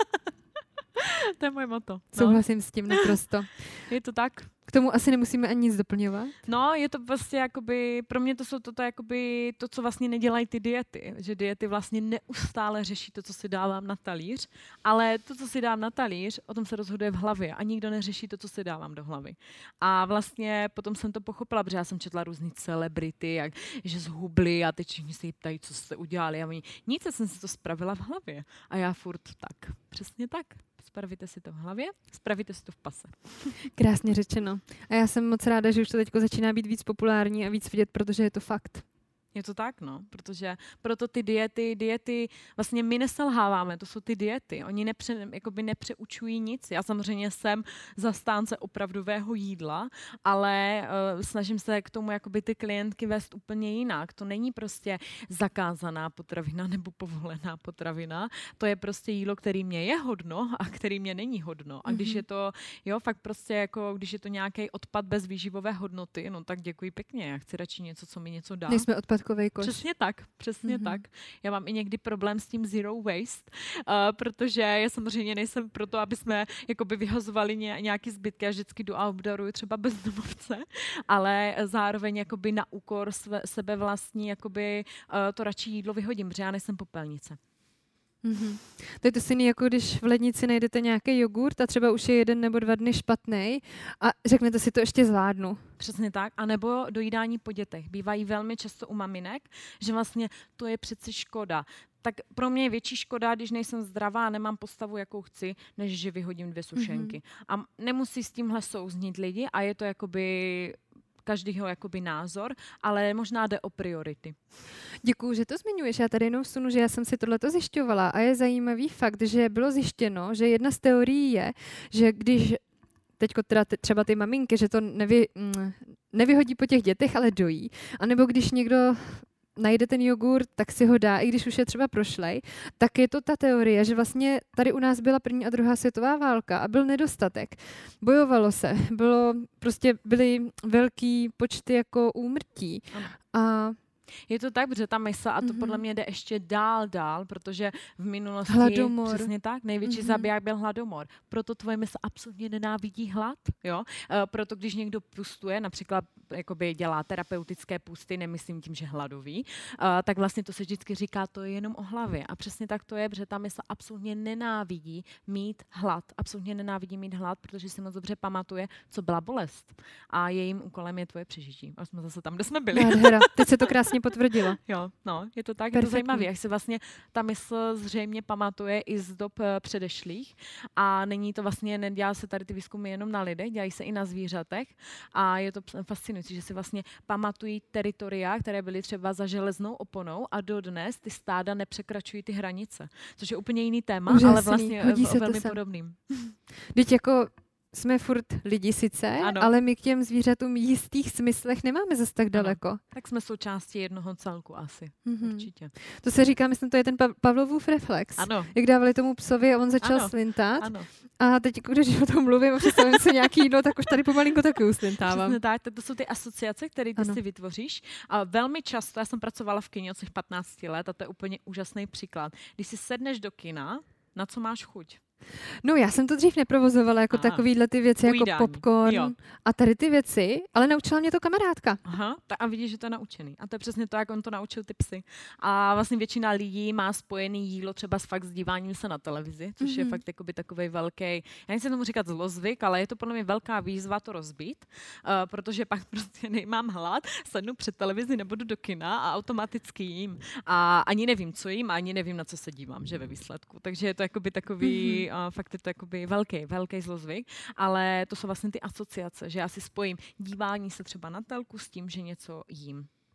To je moje moto. No. Souhlasím s tím naprosto. Je to tak. K tomu asi nemusíme ani nic doplňovat. No, je to vlastně jakoby, pro mě to jsou toto jakoby to, co vlastně nedělají ty diety. Že diety vlastně neustále řeší to, co si dávám na talíř, ale to, co si dám na talíř, o tom se rozhoduje v hlavě a nikdo neřeší to, co si dávám do hlavy. A vlastně potom jsem to pochopila, protože já jsem četla různý celebrity, jak, že zhubli a teď všichni se jí ptají, co jste udělali a oni, nic, jsem si to spravila v hlavě. A já furt tak, přesně tak. Spravíte si to v hlavě, spravíte si to v pase. Krásně řečeno. A já jsem moc ráda, že už to teď začíná být víc populární a víc vidět, protože je to fakt. Je to tak, no, protože proto ty diety, diety, vlastně my neselháváme, to jsou ty diety, oni nepře, jakoby nepřeučují nic. Já samozřejmě jsem zastánce opravdového jídla, ale uh, snažím se k tomu jakoby ty klientky vést úplně jinak. To není prostě zakázaná potravina nebo povolená potravina, to je prostě jídlo, který mě je hodno a který mě není hodno. A když mm-hmm. je to, jo, fakt prostě jako, když je to nějaký odpad bez výživové hodnoty, no tak děkuji pěkně, já chci radši něco, co mi něco dá. Nejsme odpad Koš. Přesně tak, přesně mm-hmm. tak. Já mám i někdy problém s tím zero waste, uh, protože já samozřejmě nejsem proto, aby jsme jakoby vyhazovali ně, nějaký zbytky. Já vždycky jdu a obdaruju třeba bezdomovce, ale zároveň jakoby na úkor své, sebe vlastní jakoby uh, to radši jídlo vyhodím, protože já nejsem popelnice. Mm-hmm. To je to stejný, jako když v lednici najdete nějaký jogurt a třeba už je jeden nebo dva dny špatnej a řeknete si, to ještě zvládnu. Přesně tak. A nebo dojídání po dětech. Bývají velmi často u maminek, že vlastně to je přeci škoda. Tak pro mě je větší škoda, když nejsem zdravá a nemám postavu, jakou chci, než že vyhodím dvě sušenky. Mm-hmm. A nemusí s tímhle souznít lidi a je to jakoby každýho jakoby názor, ale možná jde o priority. Děkuju, že to zmiňuješ. Já tady jenom vsunu, že já jsem si tohleto zjišťovala a je zajímavý fakt, že bylo zjištěno, že jedna z teorií je, že když teďko teda t- třeba ty maminky, že to nevy, mm, nevyhodí po těch dětech, ale dojí, anebo když někdo najde ten jogurt, tak si ho dá, i když už je třeba prošlej, tak je to ta teorie, že vlastně tady u nás byla první a druhá světová válka a byl nedostatek. Bojovalo se, bylo, prostě byly velký počty jako úmrtí. A je to tak, protože ta mysl, a to mm-hmm. podle mě jde ještě dál, dál, protože v minulosti, hladomor. Přesně tak, největší mm-hmm. zabiják byl hladomor. Proto tvoje mysl absolutně nenávidí hlad, jo. Uh, proto když někdo pustuje, například jakoby dělá terapeutické pusty, nemyslím tím, že hladový, uh, tak vlastně to se vždycky říká, to je jenom o hlavě. A přesně tak to je, protože ta mysl absolutně nenávidí mít hlad. Absolutně nenávidí mít hlad, protože si moc dobře pamatuje, co byla bolest. A jejím úkolem je tvoje přežití. A jsme zase tam, kde jsme byli. Nádhera. Teď se to krásně potvrdila. Jo, no, je to tak, Perfektní. Je to zajímavé, jak si vlastně ta mysl zřejmě pamatuje i z dob uh, předešlých a není to vlastně, nedělá se tady ty výzkumy jenom na lidech, dělají se i na zvířatech a je to fascinující, že si vlastně pamatují teritoria, které byly třeba za železnou oponou a dodnes ty stáda nepřekračují ty hranice, což je úplně jiný téma, Úžasný. Ale vlastně Hodí se velmi to podobným. Teď jako jsme furt lidi sice, ano. ale my k těm zvířatům jistých smyslech nemáme zas tak daleko. Ano. Tak jsme součástí jednoho celku asi, mm-hmm. určitě. To se říká, myslím, to je ten pa- Pavlovův reflex. Ano. Jak dávali tomu psovi a on začal ano. slintat. Ano. A teď, když o tom mluvím a představím si nějaký jídlo, tak už tady pomalinko taky uslintávám. Přesně tak, to jsou ty asociace, které ty ano. si vytvoříš. A velmi často, já jsem pracovala v kině od svých patnácti let a to je úplně úžasný příklad. Když si sedneš do kina, na co máš chuť? No já jsem to dřív neprovozovala jako Aha. takovýhle ty věci Ujídání. Jako popcorn jo. a tady ty věci, ale naučila mě to kamarádka. Aha, a vidíš, že to je naučený. A to je přesně to, jak on to naučil ty psy. A vlastně většina lidí má spojený jídlo třeba s fakt s díváním se na televizi, což mm-hmm. je fakt jakoby takovej velký, já nechci tomu říkat zlozvyk, ale je to podle mě velká výzva to rozbít, uh, protože pak prostě nemám hlad, sednu před televizi, nebudu do kina a automaticky jím. A ani nevím, co jím, ani nevím, na co se dívám, že ve výsledku. Takže je to jakoby takový mm-hmm. Uh, fakt je to jakoby velký, velký zlozvyk, ale to jsou vlastně ty asociace, že já si spojím dívání se třeba na telku s tím, že něco jím.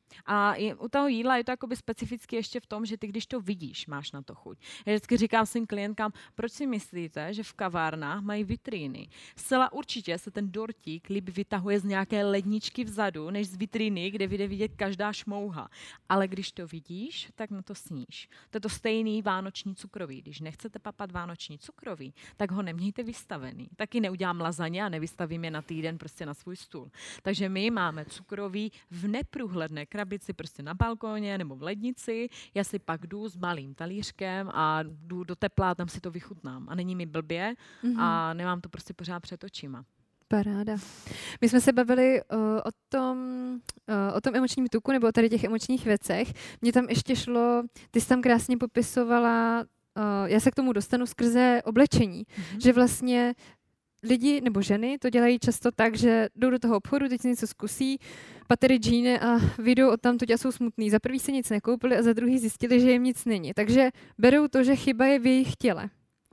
A i u toho jídla je to jakoby specificky ještě v tom, že ty, když to vidíš, máš na to chuť. Já vždycky říkám svým klientkám, proč si myslíte, že v kavárnách mají vitríny? Zcela určitě se ten dortík líp vytahuje z nějaké ledničky vzadu, než z vitríny, kde vyjde vidět každá šmouha. Ale když to vidíš, tak na to sníš. To je to stejný vánoční cukroví. Když nechcete papat vánoční cukroví, tak ho nemějte vystavený. Taky neudělám lazaně a nevystavím je na týden prostě na svůj stůl. Takže my máme cukroví v neprůhledné krabici prostě na balkóně nebo v lednici. Já si pak jdu s malým talířkem a jdu do tepla a tam si to vychutnám. A není mi blbě mm-hmm. a nemám to prostě pořád před očima. Paráda. My jsme se bavili uh, o tom, uh, o tom emočním tuku nebo o tady těch emočních věcech. Mně tam ještě šlo, ty jsi tam krásně popisovala, uh, já se k tomu dostanu skrze oblečení, mm-hmm. že vlastně lidi nebo ženy to dělají často tak, že jdou do toho obchodu, teď si něco zkusí, patery, džíny a vyjdou odtamtud a jsou smutný. Za prvý si nic nekoupili a za druhý zjistili, že jim nic není. Takže berou to, že chyba je v jejich těle.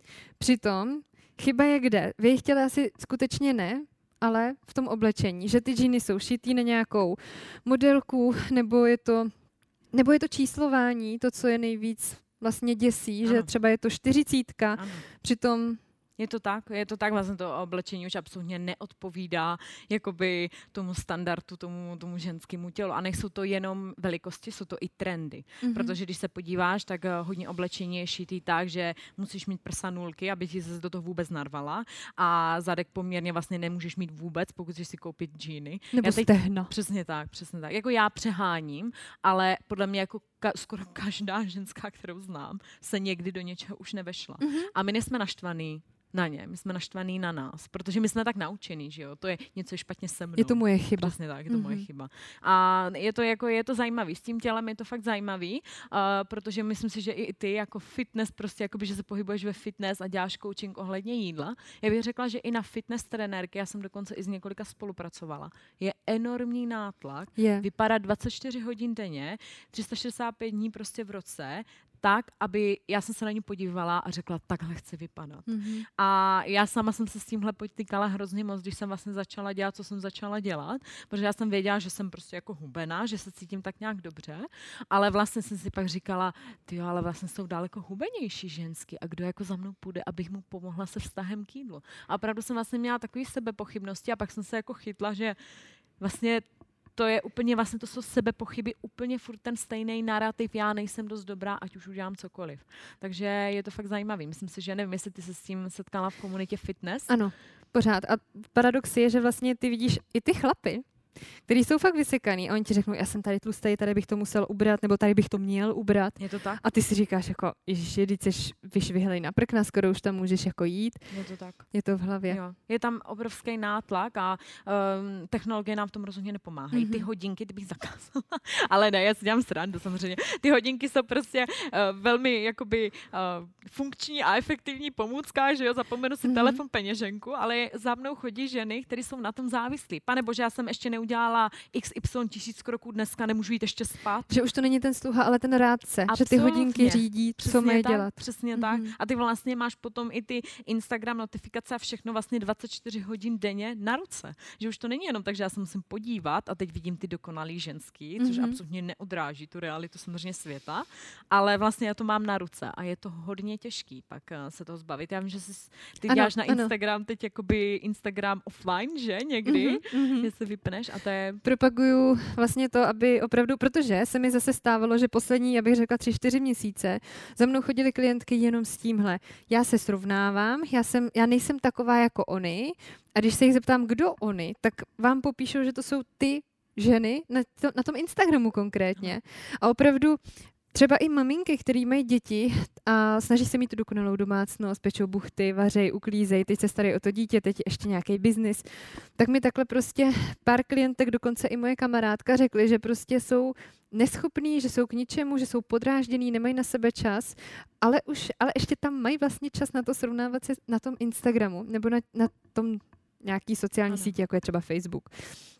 Přitom chyba je kde? V jejich těle asi skutečně ne, ale v tom oblečení, že ty džíny jsou šitý na nějakou modelku, nebo je to, nebo je to číslování, to, co je nejvíc vlastně děsí, ano. Že třeba je to čtyřicítka, ano. Přitom Je to tak, je to tak, vlastně to oblečení už absolutně neodpovídá jakoby tomu standardu, tomu, tomu ženskému tělu. A nejsou to jenom velikosti, jsou to i trendy. Mm-hmm. Protože když se podíváš, tak hodně oblečení je šitý tak, že musíš mít prsanulky, aby ti se do toho vůbec narvala. A zadek poměrně vlastně nemůžeš mít vůbec, pokud chceš si koupit džíny. Nebo teď, stehna. Přesně tak, přesně tak. Jako já přeháním, ale podle mě jako ka- skoro každá ženská, kterou znám, se někdy do něčeho už nevešla. Mm-hmm. A my nejsme naštvaný na ně, my jsme naštvaný na nás, protože my jsme tak naučený, že jo, to je něco špatně se mnou. Je to moje chyba. Přesně tak, je to mm-hmm. moje chyba. A je to jako, je to zajímavý, s tím tělem je to fakt zajímavý, uh, protože myslím si, že i ty jako fitness, prostě jakoby, že se pohybuješ ve fitness a děláš coaching ohledně jídla. Já bych řekla, že i na fitness trenérky, já jsem dokonce i s několika spolupracovala, je enormní nátlak, yeah. vypadat dvacet čtyři hodin denně, tři sta šedesát pět dní prostě v roce, tak, aby já jsem se na ní podívala a řekla, takhle chci vypadat. Mm-hmm. A já sama jsem se s tímhle potýkala hrozně moc, když jsem vlastně začala dělat, co jsem začala dělat, protože já jsem věděla, že jsem prostě jako hubená, že se cítím tak nějak dobře, ale vlastně jsem si pak říkala, tyjo, ale vlastně jsou daleko hubenější žensky a kdo jako za mnou půjde, abych mu pomohla se vztahem k jídlu. A opravdu jsem vlastně měla takový sebepochybnosti a pak jsem se jako chytla, že vlastně to je úplně, vlastně to jsou sebepochyby, úplně furt ten stejný narrativ, já nejsem dost dobrá, ať už udělám cokoliv. Takže je to fakt zajímavý. Myslím si, že nevím, jestli ty se s tím setkala v komunitě fitness. Ano, pořád. A paradox je, že vlastně ty vidíš i ty chlapy, který jsou fakt vysekaný a oni ti řeknou, já jsem tady tlustý, tady bych to musel ubrat, nebo tady bych to měl ubrat. Je to tak? A ty si říkáš jako, ježiši, teď jsi vyšvihlej na prkna, skoro už tam můžeš jako jít. Je to tak. Je to v hlavě. Jo. Je tam obrovský nátlak a um, technologie nám v tom rozhodně nepomáhají. Mm-hmm. Ty hodinky, ty bych zakázala. Ale ne, já si dělám srandu samozřejmě. Ty hodinky jsou prostě uh, velmi jakoby uh, funkční a efektivní pomůcka, že jo, zapomenu si mm-hmm. telefon, peněženku, ale za mnou chodí ženy, které jsou na tom závislí. Pane bože, já jsem ještě udělala iks ypsilon tisíc kroků dneska, nemůžu jít ještě spát. Že už to není ten sluha, ale ten rádce. Absolutně. Že ty hodinky řídí, co přesně mají tak, dělat. Přesně mm-hmm. tak. A ty vlastně máš potom i ty Instagram notifikace a všechno vlastně dvacet čtyři hodin denně na ruce. Že už to není jenom tak, že já se musím podívat a teď vidím ty dokonalý ženský, což mm-hmm. absolutně neodráží tu realitu samozřejmě světa, ale vlastně já to mám na ruce a je to hodně těžký pak se toho zbavit. Já vím, že jsi, ty ano, děláš na ano. Instagram teď jakoby Instagram offline, že někdy, mm-hmm. že se vypneš. A to je... Propaguju vlastně to, aby opravdu, protože se mi zase stávalo, že poslední, já bych řekla tři, čtyři měsíce, za mnou chodily klientky jenom s tímhle. Já se srovnávám, já, jsem, já nejsem taková jako oni a když se jich zeptám, kdo oni, tak vám popíšou, že to jsou ty ženy na, to, na tom Instagramu konkrétně. A opravdu třeba i maminky, které mají děti a snaží se mít tu dokonalou domácnost, pečou buchty, vařej, uklízej, teď se starají o to dítě, teď ještě nějaký biznis, tak mi takhle prostě pár klientek, dokonce i moje kamarádka řekly, že prostě jsou neschopní, že jsou k ničemu, že jsou podrážděný, nemají na sebe čas, ale už, ale ještě tam mají vlastně čas na to srovnávat se na tom Instagramu nebo na, na tom nějaký sociální síti, jako je třeba Facebook.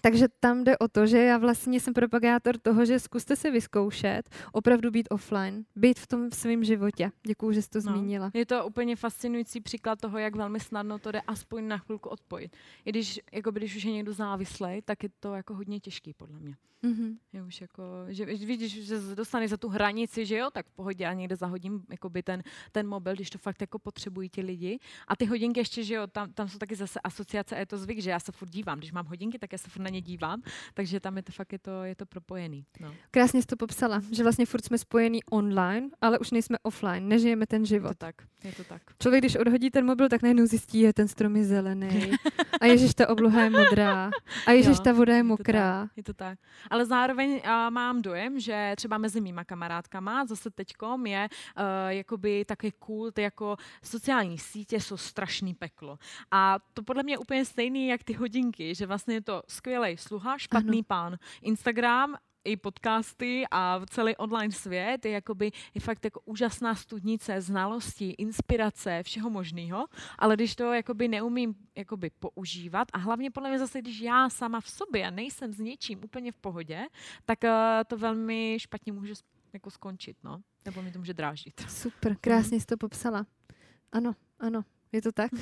Takže tam jde o to, že já vlastně jsem propagátor toho, že zkuste se vyzkoušet, opravdu být offline, být v tom svém životě. Děkuju, že jsi to No, zmínila. je to úplně fascinující příklad toho, jak velmi snadno to jde aspoň na chvilku odpojit. I když, jako když už je někdo závislý, tak je to jako hodně těžký podle mě. Mm-hmm. Je už jako, že vidíš, že se dostane za tu hranici, že jo, tak v pohodě já někde zahodím jakoby ten, ten mobil, když to fakt jako potřebují ti lidi. A ty hodinky ještě, že jo, tam, tam jsou taky zase asociace, je to zvyk, že já se furt dívám. Když mám hodinky, tak já se furt na ně dívám, takže tam je to fakt je to, je to propojený. No. Krásně jsi to popsala, že vlastně furt jsme spojení online, ale už nejsme offline, nežijeme ten život. Je to tak, je to tak. Člověk, když odhodí ten mobil, tak najednou zjistí, že ten strom je zelený. A ježiš, ta obloha je modrá. A ježiš, ta voda je, je mokrá. To tak, je to tak. Ale zároveň uh, mám dojem, že třeba mezi mýma kamarádkama zase teďkom je uh, jakoby takový kult, jako sociální sítě jsou strašný peklo. A to podle mě je úplně stejný, jak ty hodinky, že vlastně je to skvělej sluha, špatný ano. pán. Instagram i podcasty a celý online svět je, jakoby, je fakt jako úžasná studnice znalostí, inspirace, všeho možného, ale když to jakoby neumím jakoby používat a hlavně podle mě zase, když já sama v sobě nejsem s něčím úplně v pohodě, tak uh, to velmi špatně může jako skončit, no. Nebo mi to může dráždit. Super, krásně jsi to popsala. Ano, ano, je to tak.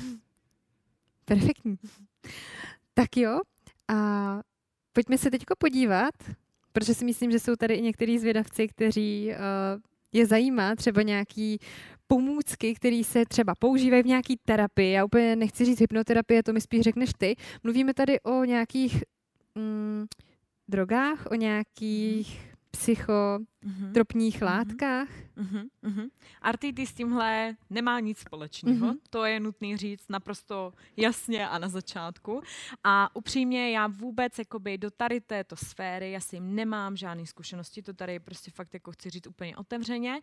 Perfektní. Tak jo, a pojďme se teďko podívat, protože si myslím, že jsou tady i některý zvědavci, kteří uh, je zajímá třeba nějaký pomůcky, které se třeba používají v nějaký terapii. Já úplně nechci říct hypnoterapie, to mi spíš řekneš ty. Mluvíme tady o nějakých mm, drogách, o nějakých psychotropních mm-hmm. látkách. Mm-hmm. Mm-hmm. R T T s tímhle nemá nic společného. Mm-hmm. To je nutný říct naprosto jasně a na začátku. A upřímně já vůbec jakoby do tady této sféry, já si nemám žádné zkušenosti, to tady prostě fakt jako chci říct úplně otevřeně.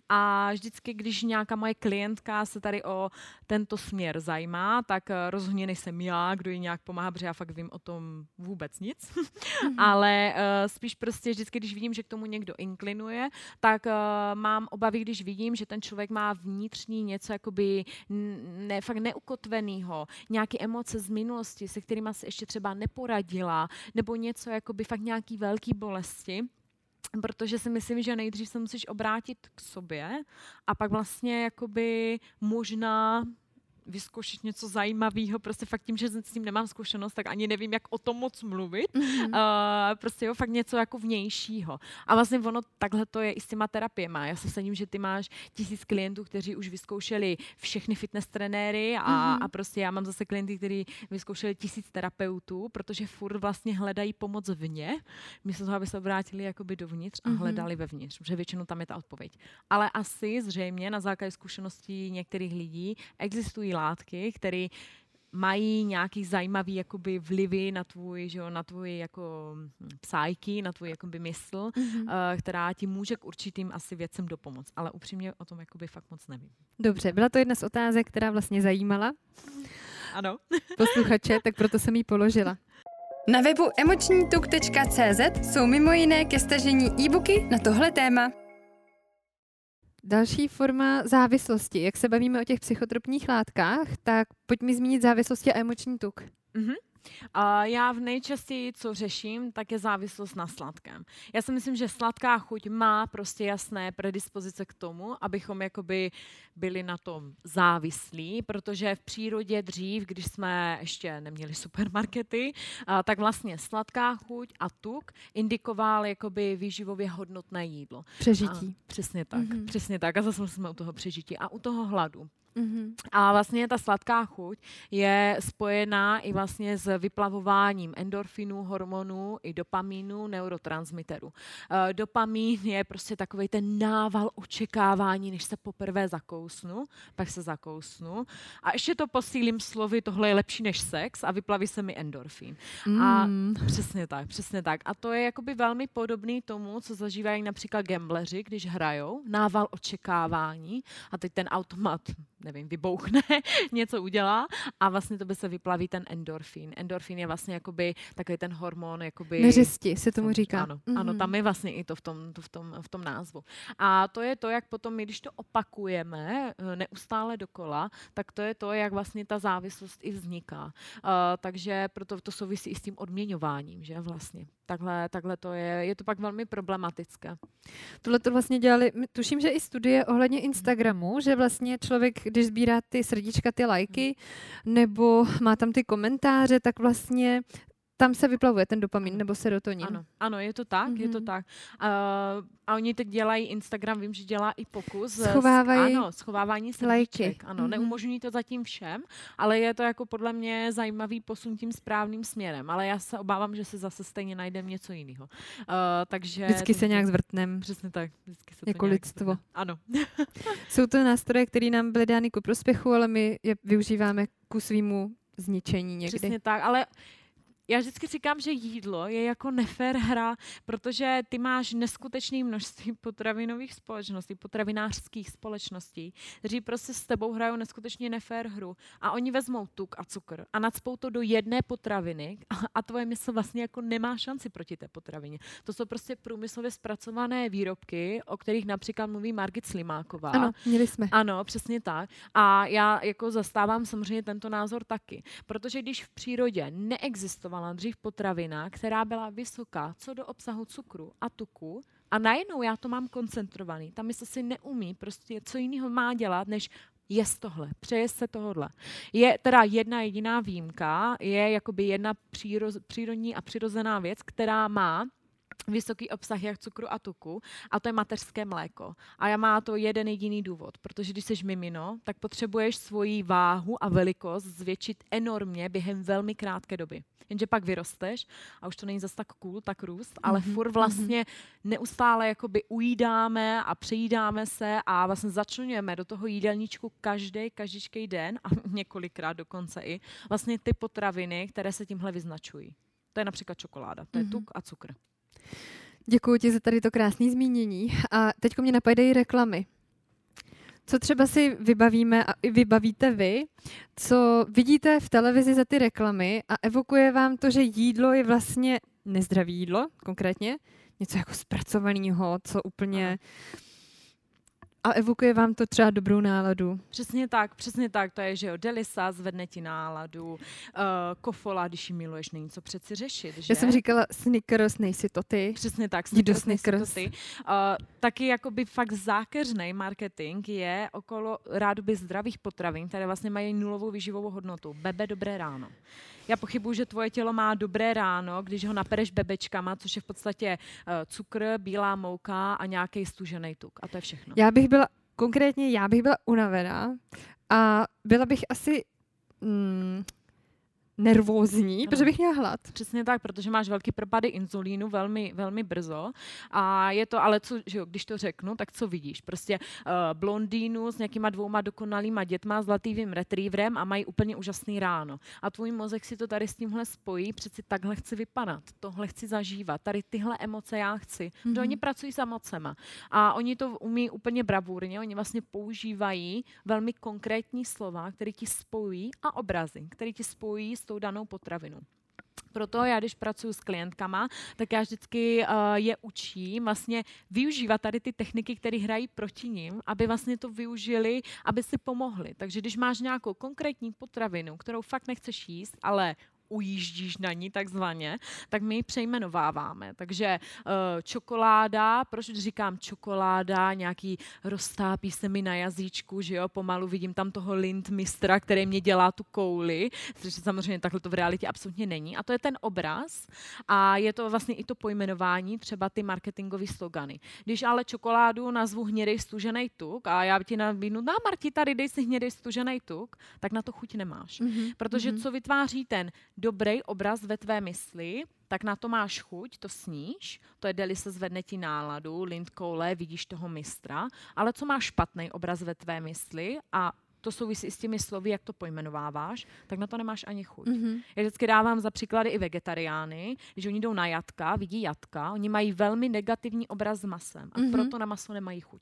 A vždycky, když nějaká moje klientka se tady o tento směr zajímá, tak rozhodně nejsem já, kdo jí nějak pomáhá, protože já fakt vím o tom vůbec nic. Mm-hmm. Ale uh, spíš prostě vždycky, když vidím, že k tomu někdo inklinuje, tak uh, mám obavy, když vidím, že ten člověk má vnitřní něco jakoby ne, fakt neukotvenýho, nějaké emoce z minulosti, se kterými se ještě třeba neporadila, nebo něco jakoby fakt nějaký velký bolesti. Protože si myslím, že nejdřív se musíš obrátit k sobě a pak vlastně jakoby možná vyzkoušet něco zajímavého, prostě fakt tím, že s tím nemám zkušenost, tak ani nevím, jak o tom moc mluvit. Mm-hmm. Uh, prostě jo, fakt něco jako vnějšího. A vlastně ono takhle to je i s těma terapiema. Já se vsadím, že ty máš tisíc klientů, kteří už vyzkoušeli všechny fitness trenéry a, mm-hmm. a prostě já mám zase klienty, kteří vyzkoušeli tisíc terapeutů, protože furt vlastně hledají pomoc vně, místo toho, aby se obrátili jakoby dovnitř a mm-hmm. hledali vevnitř, protože většinou tam je ta odpověď. Ale asi zřejmě na základě zkušeností některých lidí existují látky, které mají nějaký zajímavý jakoby vlivy na tvůj, že jo, na tvůj jako psyche, na tvůj jakoby mysl, mm-hmm. uh, která ti může k určitým asi věcem dopomoct. Ale upřímně o tom jakoby fakt moc nevím. Dobře, byla to jedna z otázek, která vlastně zajímala. Ano. Posluchače, tak proto jsem jí položila. Na webu emoční tuk tečka cé zet jsou mimo jiné ke stažení e-booky na tohle téma. Další forma závislosti. Jak se bavíme o těch psychotropních látkách, tak pojďme zmínit závislosti a emoční tuk. Mm-hmm. Uh, já v nejčastěji, co řeším, tak je závislost na sladkém. Já si myslím, že sladká chuť má prostě jasné predispozice k tomu, abychom jakoby byli na tom závislí, protože v přírodě dřív, když jsme ještě neměli supermarkety, uh, tak vlastně sladká chuť a tuk indikoval jakoby výživově hodnotné jídlo. Přežití. A přesně tak, mm-hmm. přesně tak. A zase jsme u toho přežití a u toho hladu. Mm-hmm. A vlastně ta sladká chuť je spojená i vlastně s vyplavováním endorfinů, hormonů i dopamínu, neurotransmiterů. Uh, dopamín je prostě takovej ten nával očekávání, než se poprvé zakousnu, pak se zakousnu. A ještě to posílím slovy, tohle je lepší než sex a vyplaví se mi endorfín. Mm. A přesně tak, přesně tak. A to je jakoby velmi podobný tomu, co zažívají například gambleři, když hrajou. Nával očekávání a teď ten automat nevím, vybouchne, něco udělá a vlastně to by se vyplaví ten endorfín. Endorfín je vlastně jakoby takový ten hormon, jakoby... Neřesti se tomu říká. Ano, mm-hmm. ano, tam je vlastně i to v tom, to v tom, v tom názvu. A to je to, jak potom my, když to opakujeme neustále dokola, tak to je to, jak vlastně ta závislost i vzniká. Uh, takže proto to souvisí i s tím odměňováním, že vlastně. Takhle, takhle to je, je to pak velmi problematické. Tohle to vlastně dělali, tuším, že i studie ohledně Instagramu, že vlastně člověk, když sbírá ty srdíčka, ty lajky, nebo má tam ty komentáře, tak vlastně tam se vyplavuje ten dopamin nebo serotonin. Ano, ano, je to tak, mm-hmm. je to tak. Uh, a oni teď dělají, Instagram vím, že dělá i pokus. Schovávají ano, schovávání srdíček. Ano, mm-hmm. neumožňují to zatím všem, ale je to jako podle mě zajímavý posun tím správným směrem. Ale já se obávám, že se zase stejně najdeme něco jiného. Uh, takže... Vždycky se nějak zvrtnem. Přesně tak. Vždycky se jako to lidstvo. Zvrtne. Ano. Jsou to nástroje, které nám byly dány ku prospěchu, ale my je využíváme ku svýmu zničení někdy. Přesně tak, ale já vždycky říkám, že jídlo je jako nefér hra, protože ty máš neskutečné množství potravinových společností, potravinářských společností, kteří prostě s tebou hrajou neskutečně nefér hru a oni vezmou tuk a cukr a nacpou to do jedné potraviny a, a tvoje mysl vlastně jako nemá šanci proti té potravině. To jsou prostě průmyslově zpracované výrobky, o kterých například mluví Margit Slimáková. Ano, měli jsme. Ano, přesně tak. A já jako zastávám samozřejmě tento názor taky, protože když v přírodě neexistovala dřív potravina, která byla vysoká co do obsahu cukru a tuku a najednou já to mám koncentrovaný. Ta mysl si neumí prostě co jiného má dělat, než jest tohle, přeje se tohodle. Je teda jedna jediná výjimka, je jakoby jedna příroz, přírodní a přirozená věc, která má vysoký obsah jak cukru a tuku a to je mateřské mléko. A já má to jeden jediný důvod, protože když jsi mimino, tak potřebuješ svoji váhu a velikost zvětšit enormně během velmi krátké doby. Jenže pak vyrosteš a už to není zas tak cool, tak růst, ale mm-hmm. furt vlastně neustále jakoby ujídáme a přejídáme se a vlastně začlenujeme do toho jídelníčku každý, každý den a několikrát dokonce i vlastně ty potraviny, které se tímhle vyznačují. To je například čokoláda, to je mm-hmm. tuk a cukr. Děkuji ti za tady to krásné zmínění. A teďko mě napadají reklamy. Co třeba si vybavíme a i vybavíte vy, co vidíte v televizi za ty reklamy a evokuje vám to, že jídlo je vlastně nezdravé jídlo, konkrétně, něco jako zpracovaného, co úplně... Ano. A evokuje vám to třeba dobrou náladu. Přesně tak, přesně tak. To je, že jo, Delisa zvedne ti náladu, uh, Kofola, když ji miluješ, není co přeci řešit, že? Já jsem říkala Snickers, nejsi to ty. Přesně tak, Snickers, nejsi to ty. Uh, taky jakoby fakt zákeřnej marketing je okolo rádoby zdravých potravin, které vlastně mají nulovou výživovou hodnotu. Bebe dobré ráno. Já pochybuju, že tvoje tělo má dobré ráno, když ho napereš bebečkama, což je v podstatě uh, cukr, bílá mouka a nějaký stužený tuk. A to je všechno. Já bych byla, konkrétně já bych byla unavená a byla bych asi mm, nervózní, ano. Protože bych měla hlad. Přesně tak, protože máš velký propady inzulínu velmi, velmi brzo a je to, ale co, že jo, když to řeknu, tak co vidíš? Prostě uh, blondýnu s nějakýma dvouma dokonalýma dětma, zlatým retrieverem a mají úplně úžasný ráno. A tvůj mozek si to tady s tímhle spojí, přeci takhle chci vypadat, tohle chci zažívat, tady tyhle emoce já chci. Mm-hmm. Protože oni pracují s emocema a oni to umí úplně bravurně, oni vlastně používají velmi konkrétní slova, které ti spojují a obrazy, které ti spojují s tou danou potravinu. Proto já, když pracuji s klientkama, tak já vždycky uh, je učím vlastně využívat tady ty techniky, které hrají proti nim, aby vlastně to využili, aby si pomohli. Takže když máš nějakou konkrétní potravinu, kterou fakt nechceš jíst, ale ujíždíš na ní takzvaně, tak my ji přejmenováváme. Takže uh, čokoláda, proč říkám čokoláda, nějaký roztápí se mi na jazyčku, že jo, pomalu vidím tam toho Lindmistra, který mě dělá tu kouli, což samozřejmě takhle to v realitě absolutně není. A to je ten obraz a je to vlastně i to pojmenování, třeba ty marketingové slogany. Když ale čokoládu nazvu hnědej stužený tuk a já ti nabídnu, no Marti, tady dej si hnědej stužený tuk, tak na to chuť nemáš. Mm-hmm. Protože co vytváří ten dobrý obraz ve tvé mysli, tak na to máš chuť, to sníš, to je Delisa zvedne ti náladu, Lindkoule, vidíš toho mistra, ale co máš špatný obraz ve tvé mysli a to souvisí s těmi slovy, jak to pojmenováváš, tak na to nemáš ani chuť. Mm-hmm. Já vždycky dávám za příklady i vegetariány, když oni jdou na jatka, vidí jatka, oni mají velmi negativní obraz s masem a mm-hmm. proto na maso nemají chuť.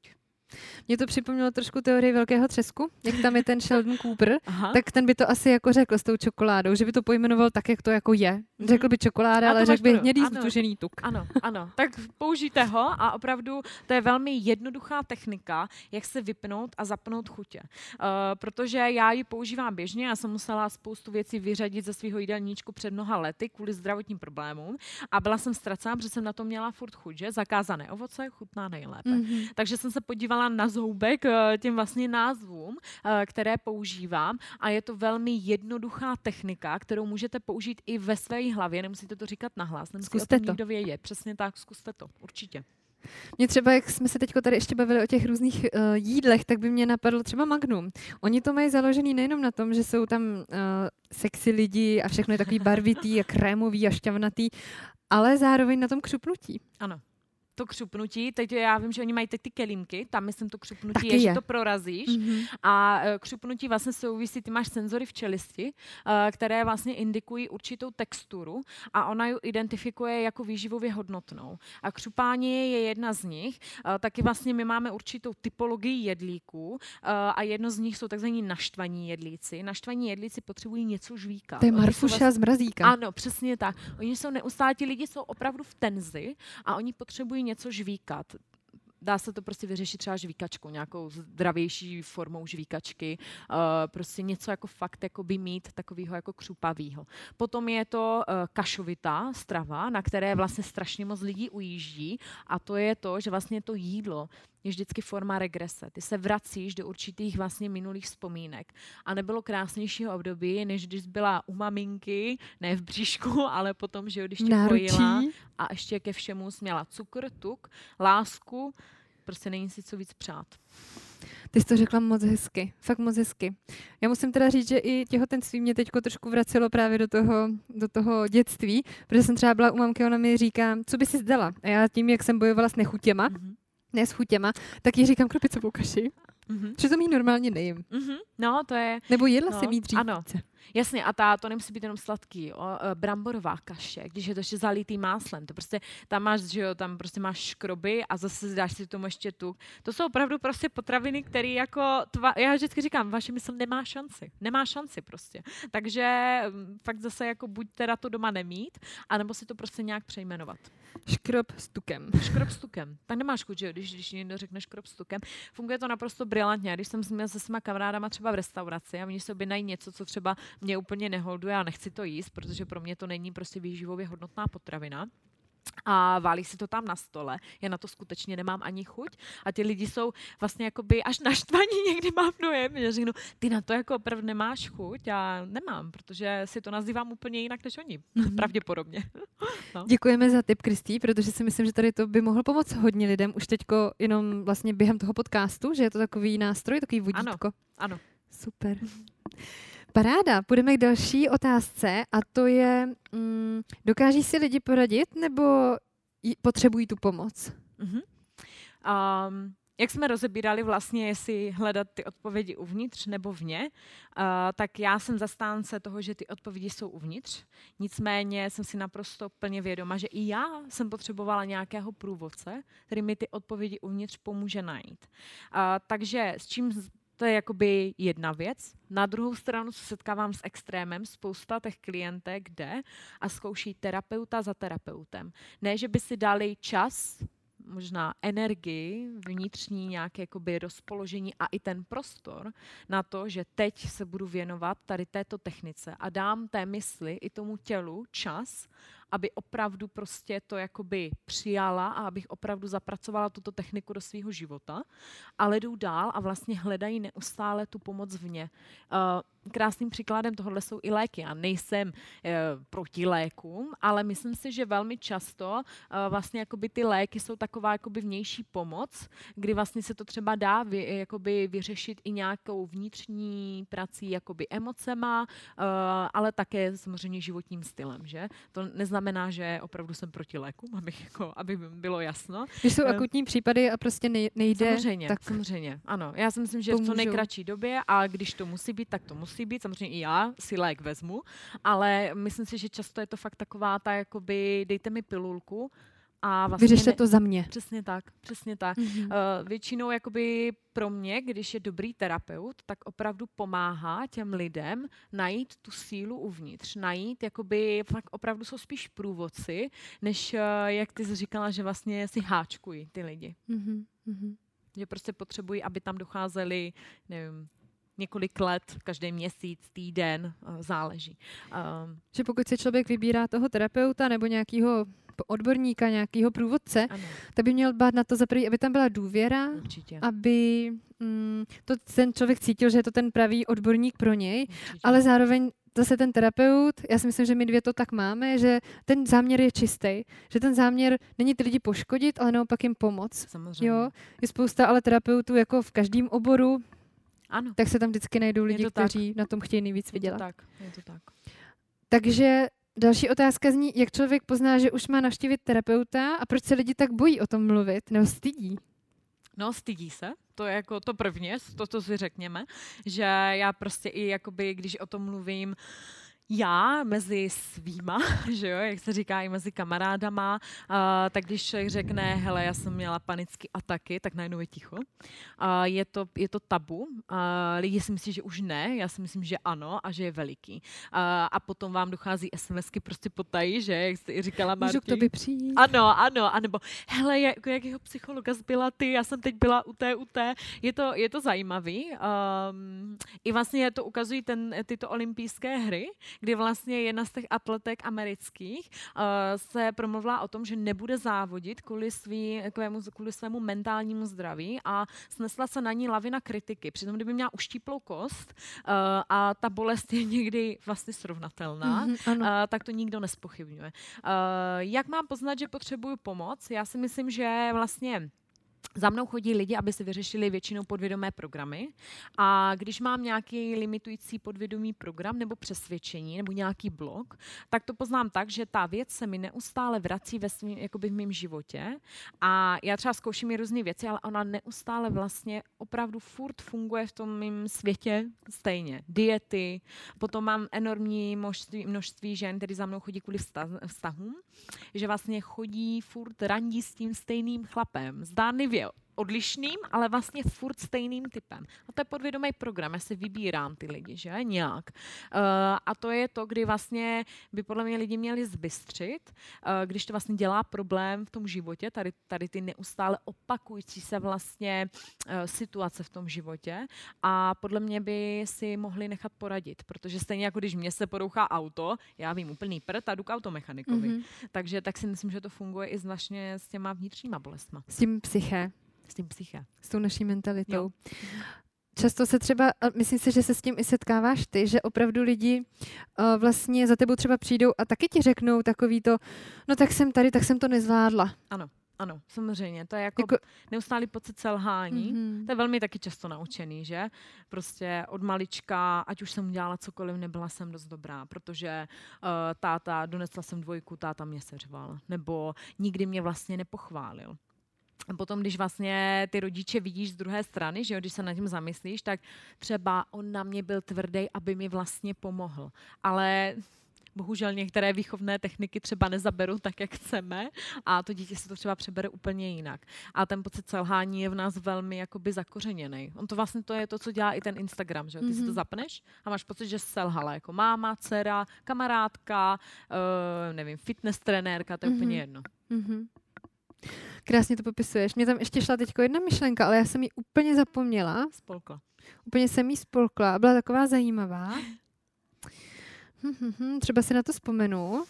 Mě to připomnělo trošku teorii velkého třesku, jak tam je ten Sheldon Cooper, Aha. tak ten by to asi jako řekl s tou čokoládou, že by to pojmenoval tak, jak to jako je. Řekl by čokoláda, ale řekl by hnědý ztužený tuk. Ano, ano, tak použijte ho a opravdu to je velmi jednoduchá technika, jak se vypnout a zapnout chutě. Uh, protože já ji používám běžně, já jsem musela spoustu věcí vyřadit ze svého jídelníčku před mnoha lety kvůli zdravotním problémům a byla jsem ztracená, protože jsem na to měla furt chuť, že? Zakázané ovoce chutná nejlépe. Mm-hmm. Takže jsem se podívala na zoubek těm vlastně názvům, které používám a je to velmi jednoduchá technika, kterou můžete použít i ve své hlavě, nemusíte to říkat nahlas, nemusíte zkuste o tom to. nikdo vědět. Přesně tak, zkuste to, určitě. Mě třeba, jak jsme se teď tady ještě bavili o těch různých uh, jídlech, tak by mě napadlo třeba Magnum. Oni to mají založený nejenom na tom, že jsou tam uh, sexy lidi a všechno je takový barvitý a krémový a šťavnatý, ale zároveň na tom křupnutí. Ano. To křupnutí, teď já vím, že oni mají teď ty kelímky, tam myslím to křupnutí Taky je, je, že to prorazíš mm-hmm. a křupnutí vlastně souvisí, ty máš senzory v čelisti, které vlastně indikují určitou texturu a ona ji identifikuje jako výživově hodnotnou. A křupání je jedna z nich, taky vlastně my máme určitou typologii jedlíků a jedno z nich jsou takzvaní naštvaní jedlíci. Naštvaní jedlíci potřebují něco žvíkat. To je Marfuša vlastně z Mrazíka. Ano, přesně tak. Oni jsou neustále, ti lidi jsou opravdu v tenzi a oni potřebují něco žvíkat. Dá se to prostě vyřešit třeba žvíkačkou, nějakou zdravější formou žvíkačky, uh, prostě něco jako fakt jakoby mít takového jako křupavýho. Potom je to uh, kašovitá strava, na které vlastně strašně moc lidí ujíždí a to je to, že vlastně to jídlo je vždycky forma regrese. Ty se vracíš do určitých vlastně minulých vzpomínek. A nebylo krásnějšího období, než když byla u maminky, ne v bříšku, ale potom, že když tě kojila a ještě ke všemu směla cukr, tuk, lásku, prostě není si co víc přát. Ty jsi to řekla moc hezky, fakt moc hezky. Já musím teda říct, že i těhotenství mě teďko trošku vracelo právě do toho, do toho dětství, protože jsem třeba byla u mamky, ona mi říká, co by si zdala? A já tím, jak jsem bojovala s nechutěma, mm-hmm. ne s chutěma, tak jí říkám krupicovou kaši. Mm-hmm. Že to jí normálně nejím. Mm-hmm. No, to je... Nebo jedla no, jsem jí dřív. Ano. Jasně, a ta, to nemusí být jenom sladký, o, bramborová kaše, když je to ještě zalitý máslem, to prostě tam máš, že jo, tam prostě máš škroby a zase dáš si tomu ještě tuk. To jsou opravdu prostě potraviny, které jako, tva, já vždycky říkám, vaše mysl nemá šanci, nemá šanci prostě. Takže fakt zase jako buď teda to doma nemít, anebo si to prostě nějak přejmenovat. Škrob s tukem. Škrob s tukem. Tak nemáš chuť, že jo, když, když někdo řekne škrob s tukem. Funguje to naprosto brilantně. Když jsem se svýma kamarádama třeba v restauraci a oni se objednají něco, co třeba mě úplně neholduje a nechci to jíst, protože pro mě to není prostě výživově hodnotná potravina. A válí si to tam na stole. Já na to skutečně nemám ani chuť. A ti lidi jsou vlastně jakoby až naštvaní, někdy mám dojem, že řeknu, ty na to jako opravdu nemáš chuť. Já nemám, protože si to nazývám úplně jinak než oni. Mm-hmm. Pravděpodobně. No. Děkujeme za tip, Kristý, protože si myslím, že tady to by mohlo pomoct hodně lidem už teďko jenom vlastně během toho podcastu, že je to takový nástroj, takový vodítko. Ano, ano. Super. Paráda, půjdeme k další otázce a to je, mm, dokáží si lidi poradit nebo potřebují tu pomoc? Mm-hmm. Um, jak jsme rozebírali vlastně, jestli hledat ty odpovědi uvnitř nebo vně, uh, tak já jsem zastánce toho, že ty odpovědi jsou uvnitř. Nicméně jsem si naprosto plně vědoma, že i já jsem potřebovala nějakého průvodce, který mi ty odpovědi uvnitř pomůže najít. Uh, takže s čím to je jakoby jedna věc. Na druhou stranu se setkávám s extrémem. Spousta těch klientek jde a zkouší terapeuta za terapeutem. Ne, že by si dali čas, možná energii, vnitřní nějaké jakoby rozpoložení a i ten prostor na to, že teď se budu věnovat tady této technice a dám té mysli i tomu tělu čas, aby opravdu prostě to jakoby přijala a abych opravdu zapracovala tuto techniku do svého života, ale jdou dál a vlastně hledají neustále tu pomoc vně. Uh, krásným příkladem tohohle jsou i léky. Já nejsem uh, proti lékům, ale myslím si, že velmi často uh, vlastně jakoby ty léky jsou taková jakoby vnější pomoc, kdy vlastně se to třeba dá vy, jakoby vyřešit i nějakou vnitřní prací, jakoby emocema, uh, ale také samozřejmě životním stylem, že? To neznamená znamená, že opravdu jsem proti lékům, aby, jako, aby bylo jasno. Když jsou akutní případy a prostě nejde, samozřejmě, tak samozřejmě, ano. Já si myslím, že v co nejkratší době a když to musí být, tak to musí být. Samozřejmě i já si lék vezmu, ale myslím si, že často je to fakt taková ta, jakoby, dejte mi pilulku A vlastně vyřešte ne... to za mě. Přesně tak, přesně tak. Mm-hmm. Uh, většinou jakoby pro mě, když je dobrý terapeut, tak opravdu pomáhá těm lidem najít tu sílu uvnitř, najít, jakoby fakt opravdu jsou spíš průvodci, než uh, jak ty jsi říkala, že vlastně si háčkují ty lidi. Mm-hmm. Že prostě potřebují, aby tam docházeli, nevím, několik let, každý měsíc, týden, záleží. Um, že pokud se člověk vybírá toho terapeuta nebo nějakého odborníka, nějakého průvodce, ano. tak by měl dbát na to za prvý, aby tam byla důvěra, Určitě. aby mm, to ten člověk cítil, že je to ten pravý odborník pro něj, Určitě. ale zároveň zase ten terapeut, já si myslím, že my dvě to tak máme, že ten záměr je čistý, že ten záměr není ty lidi poškodit, ale naopak jim pomoct. Samozřejmě. Jo? Je spousta ale terapeutů jako v každém oboru, ano. tak se tam vždycky najdou lidi, to kteří na tom chtějí nejvíc vydělat. Je to tak, je to tak. Takže další otázka zní, jak člověk pozná, že už má navštívit terapeuta a proč se lidi tak bojí o tom mluvit, nebo stydí? No, stydí se, to je jako to prvně, to, to si řekněme, že já prostě i jakoby, když o tom mluvím, já mezi svýma, že jo, jak se říká i mezi kamarádama, uh, tak když člověk řekne, hele, já jsem měla panické ataky, tak najednou je ticho. Uh, je, to, je to tabu. Uh, lidi si myslí, že už ne, já si myslím, že ano a že je veliký. Uh, a potom vám dochází SMSky prostě potají, že, jak jste i říkala Marti. Můžu k tobě přijít. Ano, ano, anebo hele, jak, jakého psychologa zbyla ty, já jsem teď byla u té, u té. Je to, je to zajímavý. Um, I vlastně to ukazují ten, tyto olympijské hry, kdy vlastně jedna z těch atletek amerických uh, se promluvila o tom, že nebude závodit kvůli, svý, kvůli svému mentálnímu zdraví a snesla se na ní lavina kritiky. Přitom, kdyby měla uštíplou kost uh, a ta bolest je někdy vlastně srovnatelná, mm-hmm, uh, tak to nikdo nespochybňuje. Uh, jak mám poznat, že potřebuju pomoc? Já si myslím, že vlastně za mnou chodí lidi, aby si vyřešili většinou podvědomé programy a když mám nějaký limitující podvědomý program nebo přesvědčení nebo nějaký blok, tak to poznám tak, že ta věc se mi neustále vrací ve svým, jakoby v mém životě a já třeba zkouším i různé věci, ale ona neustále vlastně opravdu furt funguje v tom mém světě stejně. Diety, potom mám enormní množství, množství žen, které za mnou chodí kvůli vztahům, že vlastně chodí furt randí s tím stejným chlapem. Zdánlivě odlišným, ale vlastně furt stejným typem. A to je podvědomý program, já si vybírám ty lidi, že? Nějak. Uh, a to je to, kdy vlastně by podle mě lidi měli zbystřit, uh, když to vlastně dělá problém v tom životě, tady, tady ty neustále opakující se vlastně uh, situace v tom životě a podle mě by si mohli nechat poradit, protože stejně jako když mě se porouchá auto, já vím úplný prd a jdu k automechanikovi. Mm-hmm. Takže tak si myslím, že to funguje i s, vlastně s těma vnitřníma bolestma. S tím psyché. S tím psyché. S tou naší mentalitou. Jo. Často se třeba, myslím si, že se s tím i setkáváš ty, že opravdu lidi uh, vlastně za tebou třeba přijdou a taky ti řeknou takový to, no tak jsem tady, tak jsem to nezvládla. Ano. Ano, samozřejmě. To je jako, jako neustálý pocit selhání. Mm-hmm. To je velmi taky často naučený, že? Prostě od malička, ať už jsem udělala cokoliv, nebyla jsem dost dobrá, protože uh, táta, donesla jsem dvojku, táta mě seřval. Nebo nikdy mě vlastně nepochválil. A potom, když vlastně ty rodiče vidíš z druhé strany, že jo, když se nad tím zamyslíš, tak třeba on na mě byl tvrdý, aby mi vlastně pomohl. Ale bohužel některé výchovné techniky třeba nezaberou tak, jak chceme a to dítě se to třeba přebere úplně jinak. A ten pocit selhání je v nás velmi jakoby zakořeněný. On to vlastně to je to, co dělá i ten Instagram, že jo? Ty mm-hmm. si to zapneš a máš pocit, že jsi selhala jako máma, dcera, kamarádka, uh, nevím, fitness trenérka, to je mm-hmm. úplně jedno. Mm-hmm. Krásně to popisuješ. Mě tam ještě šla teďko jedna myšlenka, ale já jsem ji úplně zapomněla. Spolkla. Úplně jsem ji spolkla a byla taková zajímavá. Hm, hm, hm, třeba si na to vzpomenu.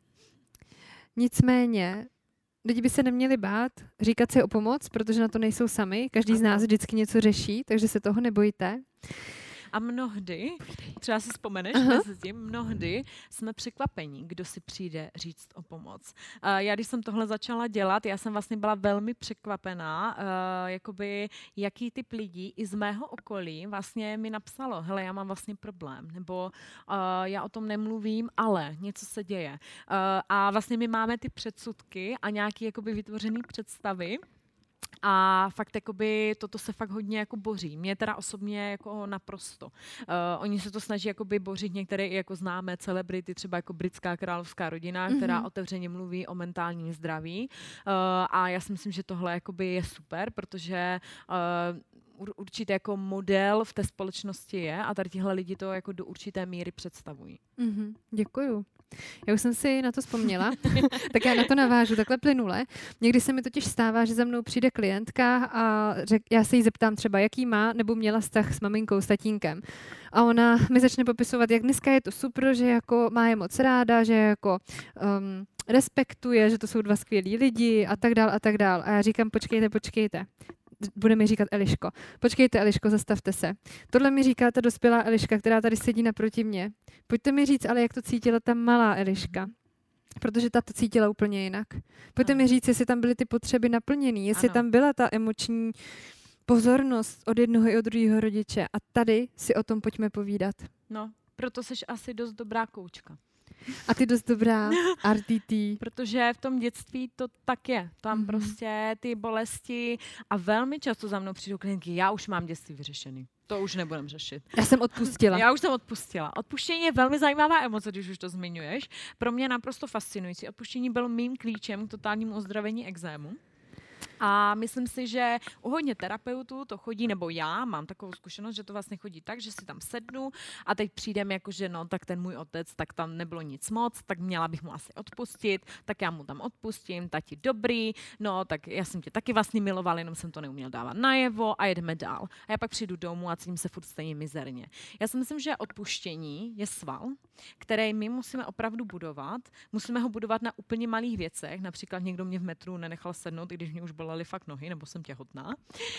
Nicméně, lidi by se neměli bát říkat si o pomoc, protože na to nejsou sami. Každý ano. z nás vždycky něco řeší, takže se toho nebojte. A mnohdy, třeba si vzpomeneš, mezi tím, mnohdy jsme překvapení, kdo si přijde říct o pomoc. Uh, já, když jsem tohle začala dělat, já jsem vlastně byla velmi překvapená, uh, jakoby, jaký typ lidí i z mého okolí vlastně mi napsalo, hele, já mám vlastně problém, nebo uh, já o tom nemluvím, ale něco se děje. Uh, a vlastně my máme ty předsudky a nějaké jakoby vytvořené představy, A fakt jakoby toto se fakt hodně jako boří. Mě teda osobně jako naprosto. Uh, oni se to snaží jakoby bořit některé jako známé celebrity, třeba jako britská královská rodina, mm-hmm. která otevřeně mluví o mentálním zdraví. Uh, a já si myslím, že tohle jakoby je super, protože uh, určitě jako model v té společnosti je a tady tihle lidi to jako do určité míry představují. Mm-hmm. Děkuju. Já už jsem si na to vzpomněla, tak já na to navážu takhle plynule. Někdy se mi totiž stává, že za mnou přijde klientka a řek, já se jí zeptám třeba, jaký má nebo měla vztah s maminkou, s tatínkem. A ona mi začne popisovat, jak dneska je to super, že jako má je moc ráda, že jako um, respektuje, že to jsou dva skvělí lidi a tak dál a tak dál. A já říkám, počkejte, počkejte. Bude mi říkat Eliško. Počkejte, Eliško, zastavte se. Tohle mi říká ta dospělá Eliška, která tady sedí naproti mě. Pojďte mi říct, ale jak to cítila ta malá Eliška. Protože ta to cítila úplně jinak. Pojďte ano. mi říct, jestli tam byly ty potřeby naplněný, jestli ano. tam byla ta emoční pozornost od jednoho i od druhého rodiče. A tady si o tom pojďme povídat. No, proto jsi asi dost dobrá koučka. A ty dost dobrá R T T. Protože v tom dětství to tak je. Tam mm-hmm. prostě ty bolesti a velmi často za mnou přijdou klientky, já už mám dětství vyřešený. To už nebudem řešit. Já jsem odpustila. Já už jsem odpustila. Odpuštění je velmi zajímavá emoce, když už to zmiňuješ. Pro mě naprosto fascinující. Odpuštění bylo mým klíčem k totálnímu ozdravení ekzému. A myslím si, že u hodně terapeutů to chodí, nebo já mám takovou zkušenost, že to vlastně chodí tak, že si tam sednu a teď přijdem jako, že no, tak ten můj otec, tak tam nebylo nic moc, tak měla bych mu asi odpustit, tak já mu tam odpustím, tati dobrý, no, tak já jsem tě taky vlastně miloval, jenom jsem to neuměl dávat najevo a jedeme dál. A já pak přijdu domů a cítím se furt stejně mizerně. Já si myslím, že odpuštění je sval, který my musíme opravdu budovat. Musíme ho budovat na úplně malých věcech, například někdo mě v metru nenechal sednout, i když mě už bolely fakt nohy, nebo jsem těhotná.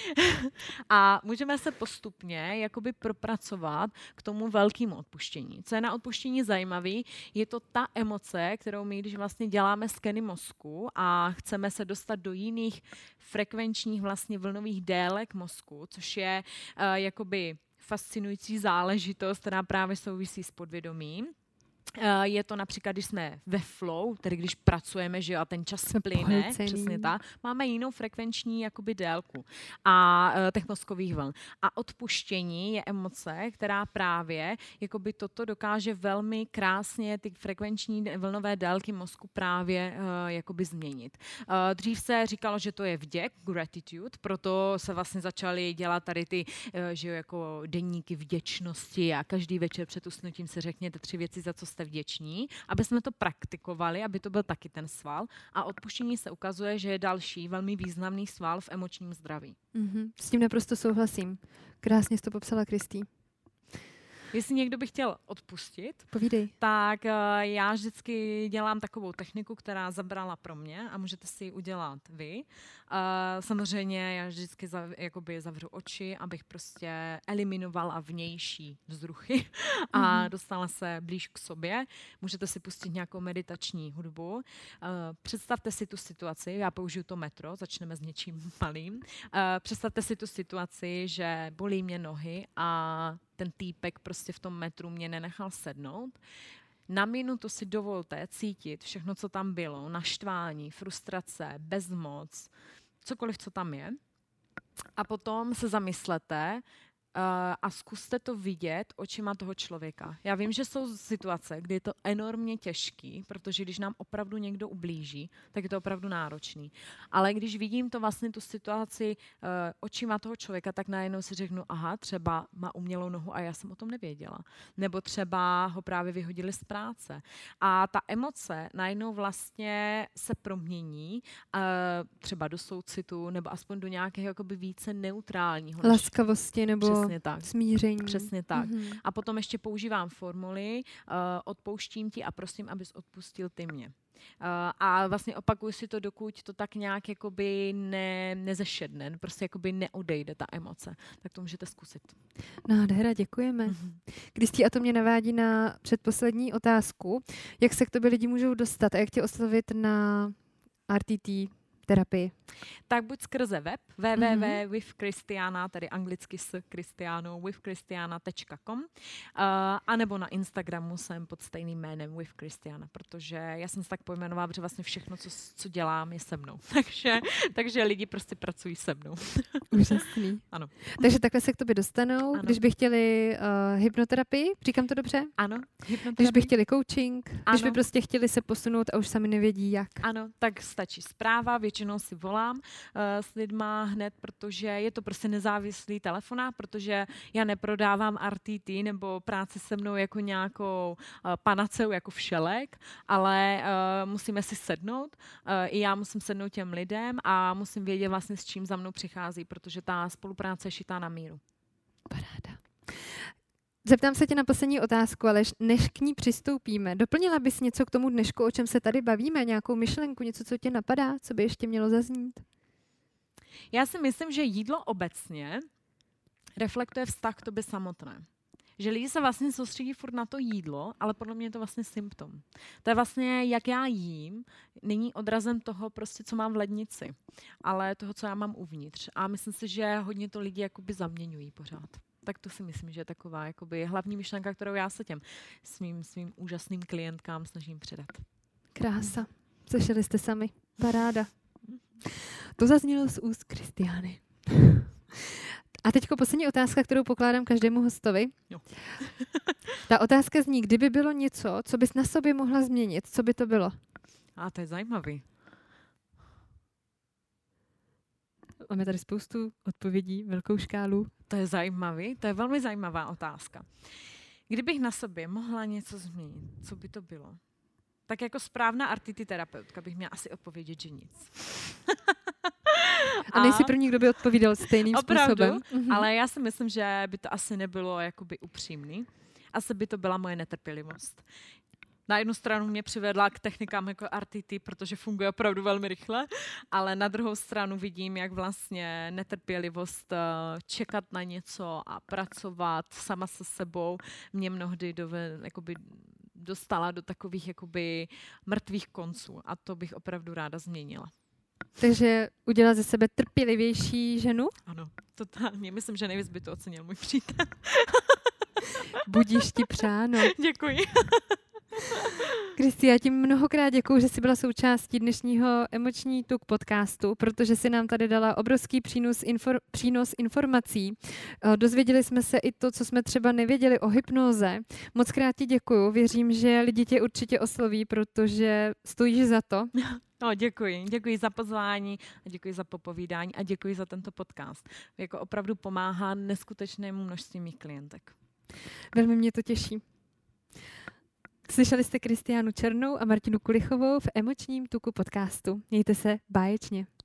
A můžeme se postupně jakoby propracovat k tomu velkému odpuštění. Co je na odpuštění zajímavý, je to ta emoce, kterou my, když vlastně děláme skeny mozku a chceme se dostat do jiných frekvenčních vlastně vlnových délek mozku, což je uh, jakoby fascinující záležitost, která právě souvisí s podvědomím. Je to například, když jsme ve flow, tedy když pracujeme, že jo, a ten čas plyne, přesně tak, máme jinou frekvenční jakoby délku a uh, těch mozkových vln. A odpuštění je emoce, která právě jakoby toto dokáže velmi krásně ty frekvenční vlnové délky mozku právě uh, jakoby změnit. Uh, dřív se říkalo, že to je vděk, gratitude, proto se vlastně začaly dělat tady ty, uh, že jo, jako deníky vděčnosti a každý večer před usnutím se řekněte tři věci, za co jste vděční, aby jsme to praktikovali, aby to byl taky ten sval. A odpuštění se ukazuje, že je další velmi významný sval v emočním zdraví. Mm-hmm. S tím naprosto souhlasím. Krásně jsi to popsala, Kristý. Jestli někdo by chtěl odpustit, povídej, tak uh, já vždycky dělám takovou techniku, která zabrala pro mě a můžete si ji udělat vy. Uh, samozřejmě já vždycky zav, jakoby zavřu oči, abych prostě eliminovala vnější vzruchy a mm-hmm. dostala se blíž k sobě. Můžete si pustit nějakou meditační hudbu. Uh, představte si tu situaci, já použiju to metro, začneme s něčím malým. Uh, představte si tu situaci, že bolí mě nohy a ten týpek prostě v tom metru mě nenechal sednout. Na minutu si dovolte cítit všechno, co tam bylo, naštvání, frustrace, bezmoc, cokoliv, co tam je. A potom se zamyslete uh, a zkuste to vidět očima toho člověka. Já vím, že jsou situace, kdy je to enormně těžký, protože když nám opravdu někdo ublíží, tak je to opravdu náročný. Ale když vidím to vlastně tu situaci uh, očima toho člověka, tak najednou si řeknu, aha, třeba má umělou nohu a já jsem o tom nevěděla. Nebo třeba ho právě vyhodili z práce. A ta emoce najednou vlastně se promění uh, třeba do soucitu, nebo aspoň do nějakého jakoby více neutrálního. Laskavosti nebo Přesně tak. smíření. Přesně tak. Mm-hmm. A potom ještě používám formuly, uh, odpouštím ti a prosím, abys odpustil ty mě. Uh, a vlastně opakuju si to, dokud to tak nějak jakoby ne, nezešedne, prostě jakoby neodejde ta emoce. Tak to můžete zkusit. Nádhera, děkujeme. Mm-hmm. Kristý, a to mě navádí na předposlední otázku. Jak se k tobě lidi můžou dostat a jak tě oslovit na R T T terapii? Tak buď skrze web w w w tečka with Christiana, tedy anglicky s Christianou, with christiana tečka com, uh, anebo na Instagramu jsem pod stejným jménem with Christiana, protože já jsem se tak pojmenovala, protože vlastně všechno, co, co dělám, je se mnou. takže, takže lidi prostě pracují se mnou. Úžasný. Ano. Takže takhle se k tobě dostanou, ano. Když by chtěli uh, hypnoterapii, říkám to dobře? Ano. Když by chtěli coaching, ano. Když by prostě chtěli se posunout a už sami nevědí jak. Ano, tak stačí zpráva, většinou si volám uh, s lidma hned, protože je to prostě nezávislý telefonát, protože já neprodávám R T T nebo práci se mnou jako nějakou uh, panaceu, jako všelek, ale uh, musíme si sednout. Uh, I já musím sednout těm lidem a musím vědět vlastně, s čím za mnou přichází, protože ta spolupráce je šitá na míru. Paráda. Zeptám se tě na poslední otázku, ale než k ní přistoupíme, doplnila bys něco k tomu dnešku, o čem se tady bavíme, nějakou myšlenku, něco, co tě napadá, co by ještě mělo zaznít? Já si myslím, že jídlo obecně reflektuje vztah k tobě samotné. Že lidi se vlastně soustředí furt na to jídlo, ale podle mě je to vlastně symptom. To je vlastně, jak já jím, není odrazem toho, prostě, co mám v lednici, ale toho, co já mám uvnitř. A myslím si, že hodně to lidi jakoby zaměňují pořád. Tak to si myslím, že je taková jakoby hlavní myšlenka, kterou já se těm svým, svým úžasným klientkám snažím předat. Krása. Slyšeli jste sami. Paráda. To zaznělo z úst Christiany. A teďko poslední otázka, kterou pokládám každému hostovi. Jo. Ta otázka zní, kdyby bylo něco, co bys na sobě mohla změnit, co by to bylo? A to je zajímavý. Máme tady spoustu odpovědí, velkou škálu. To je zajímavý, to je velmi zajímavá otázka. Kdybych na sobě mohla něco změnit, co by to bylo? Tak jako správná R T T terapeutka bych měla asi odpovědět, že nic. A nejsi první, kdo by odpovídal stejným opravdu, způsobem. Mhm. Ale já si myslím, že by to asi nebylo jakoby upřímný. Asi by to byla moje netrpělivost. Na jednu stranu mě přivedla k technikám jako R T T, protože funguje opravdu velmi rychle, ale na druhou stranu vidím, jak vlastně netrpělivost čekat na něco a pracovat sama se sebou mě mnohdy dove, jakoby dostala do takových jakoby mrtvých konců a to bych opravdu ráda změnila. Takže udělat ze sebe trpělivější ženu? Ano, totálně. Myslím, že nejvíc by to ocenil můj přítel. Budíš ti přáno. Děkuji. Kristi, já ti mnohokrát děkuju, že jsi byla součástí dnešního Emoční tuk podcastu, protože jsi nám tady dala obrovský přínos, infor, přínos informací. Dozvěděli jsme se i to, co jsme třeba nevěděli o hypnóze. Moc krát ti děkuju. Věřím, že lidi tě určitě osloví, protože stojíš za to. No, děkuji. Děkuji za pozvání a děkuji za popovídání a děkuji za tento podcast. Jako opravdu pomáhá neskutečnému množství mých klientek. Velmi mě to těší. Slyšeli jste Kristiánu Černou a Martinu Kulichovou v Emočním tuku podcastu. Mějte se báječně.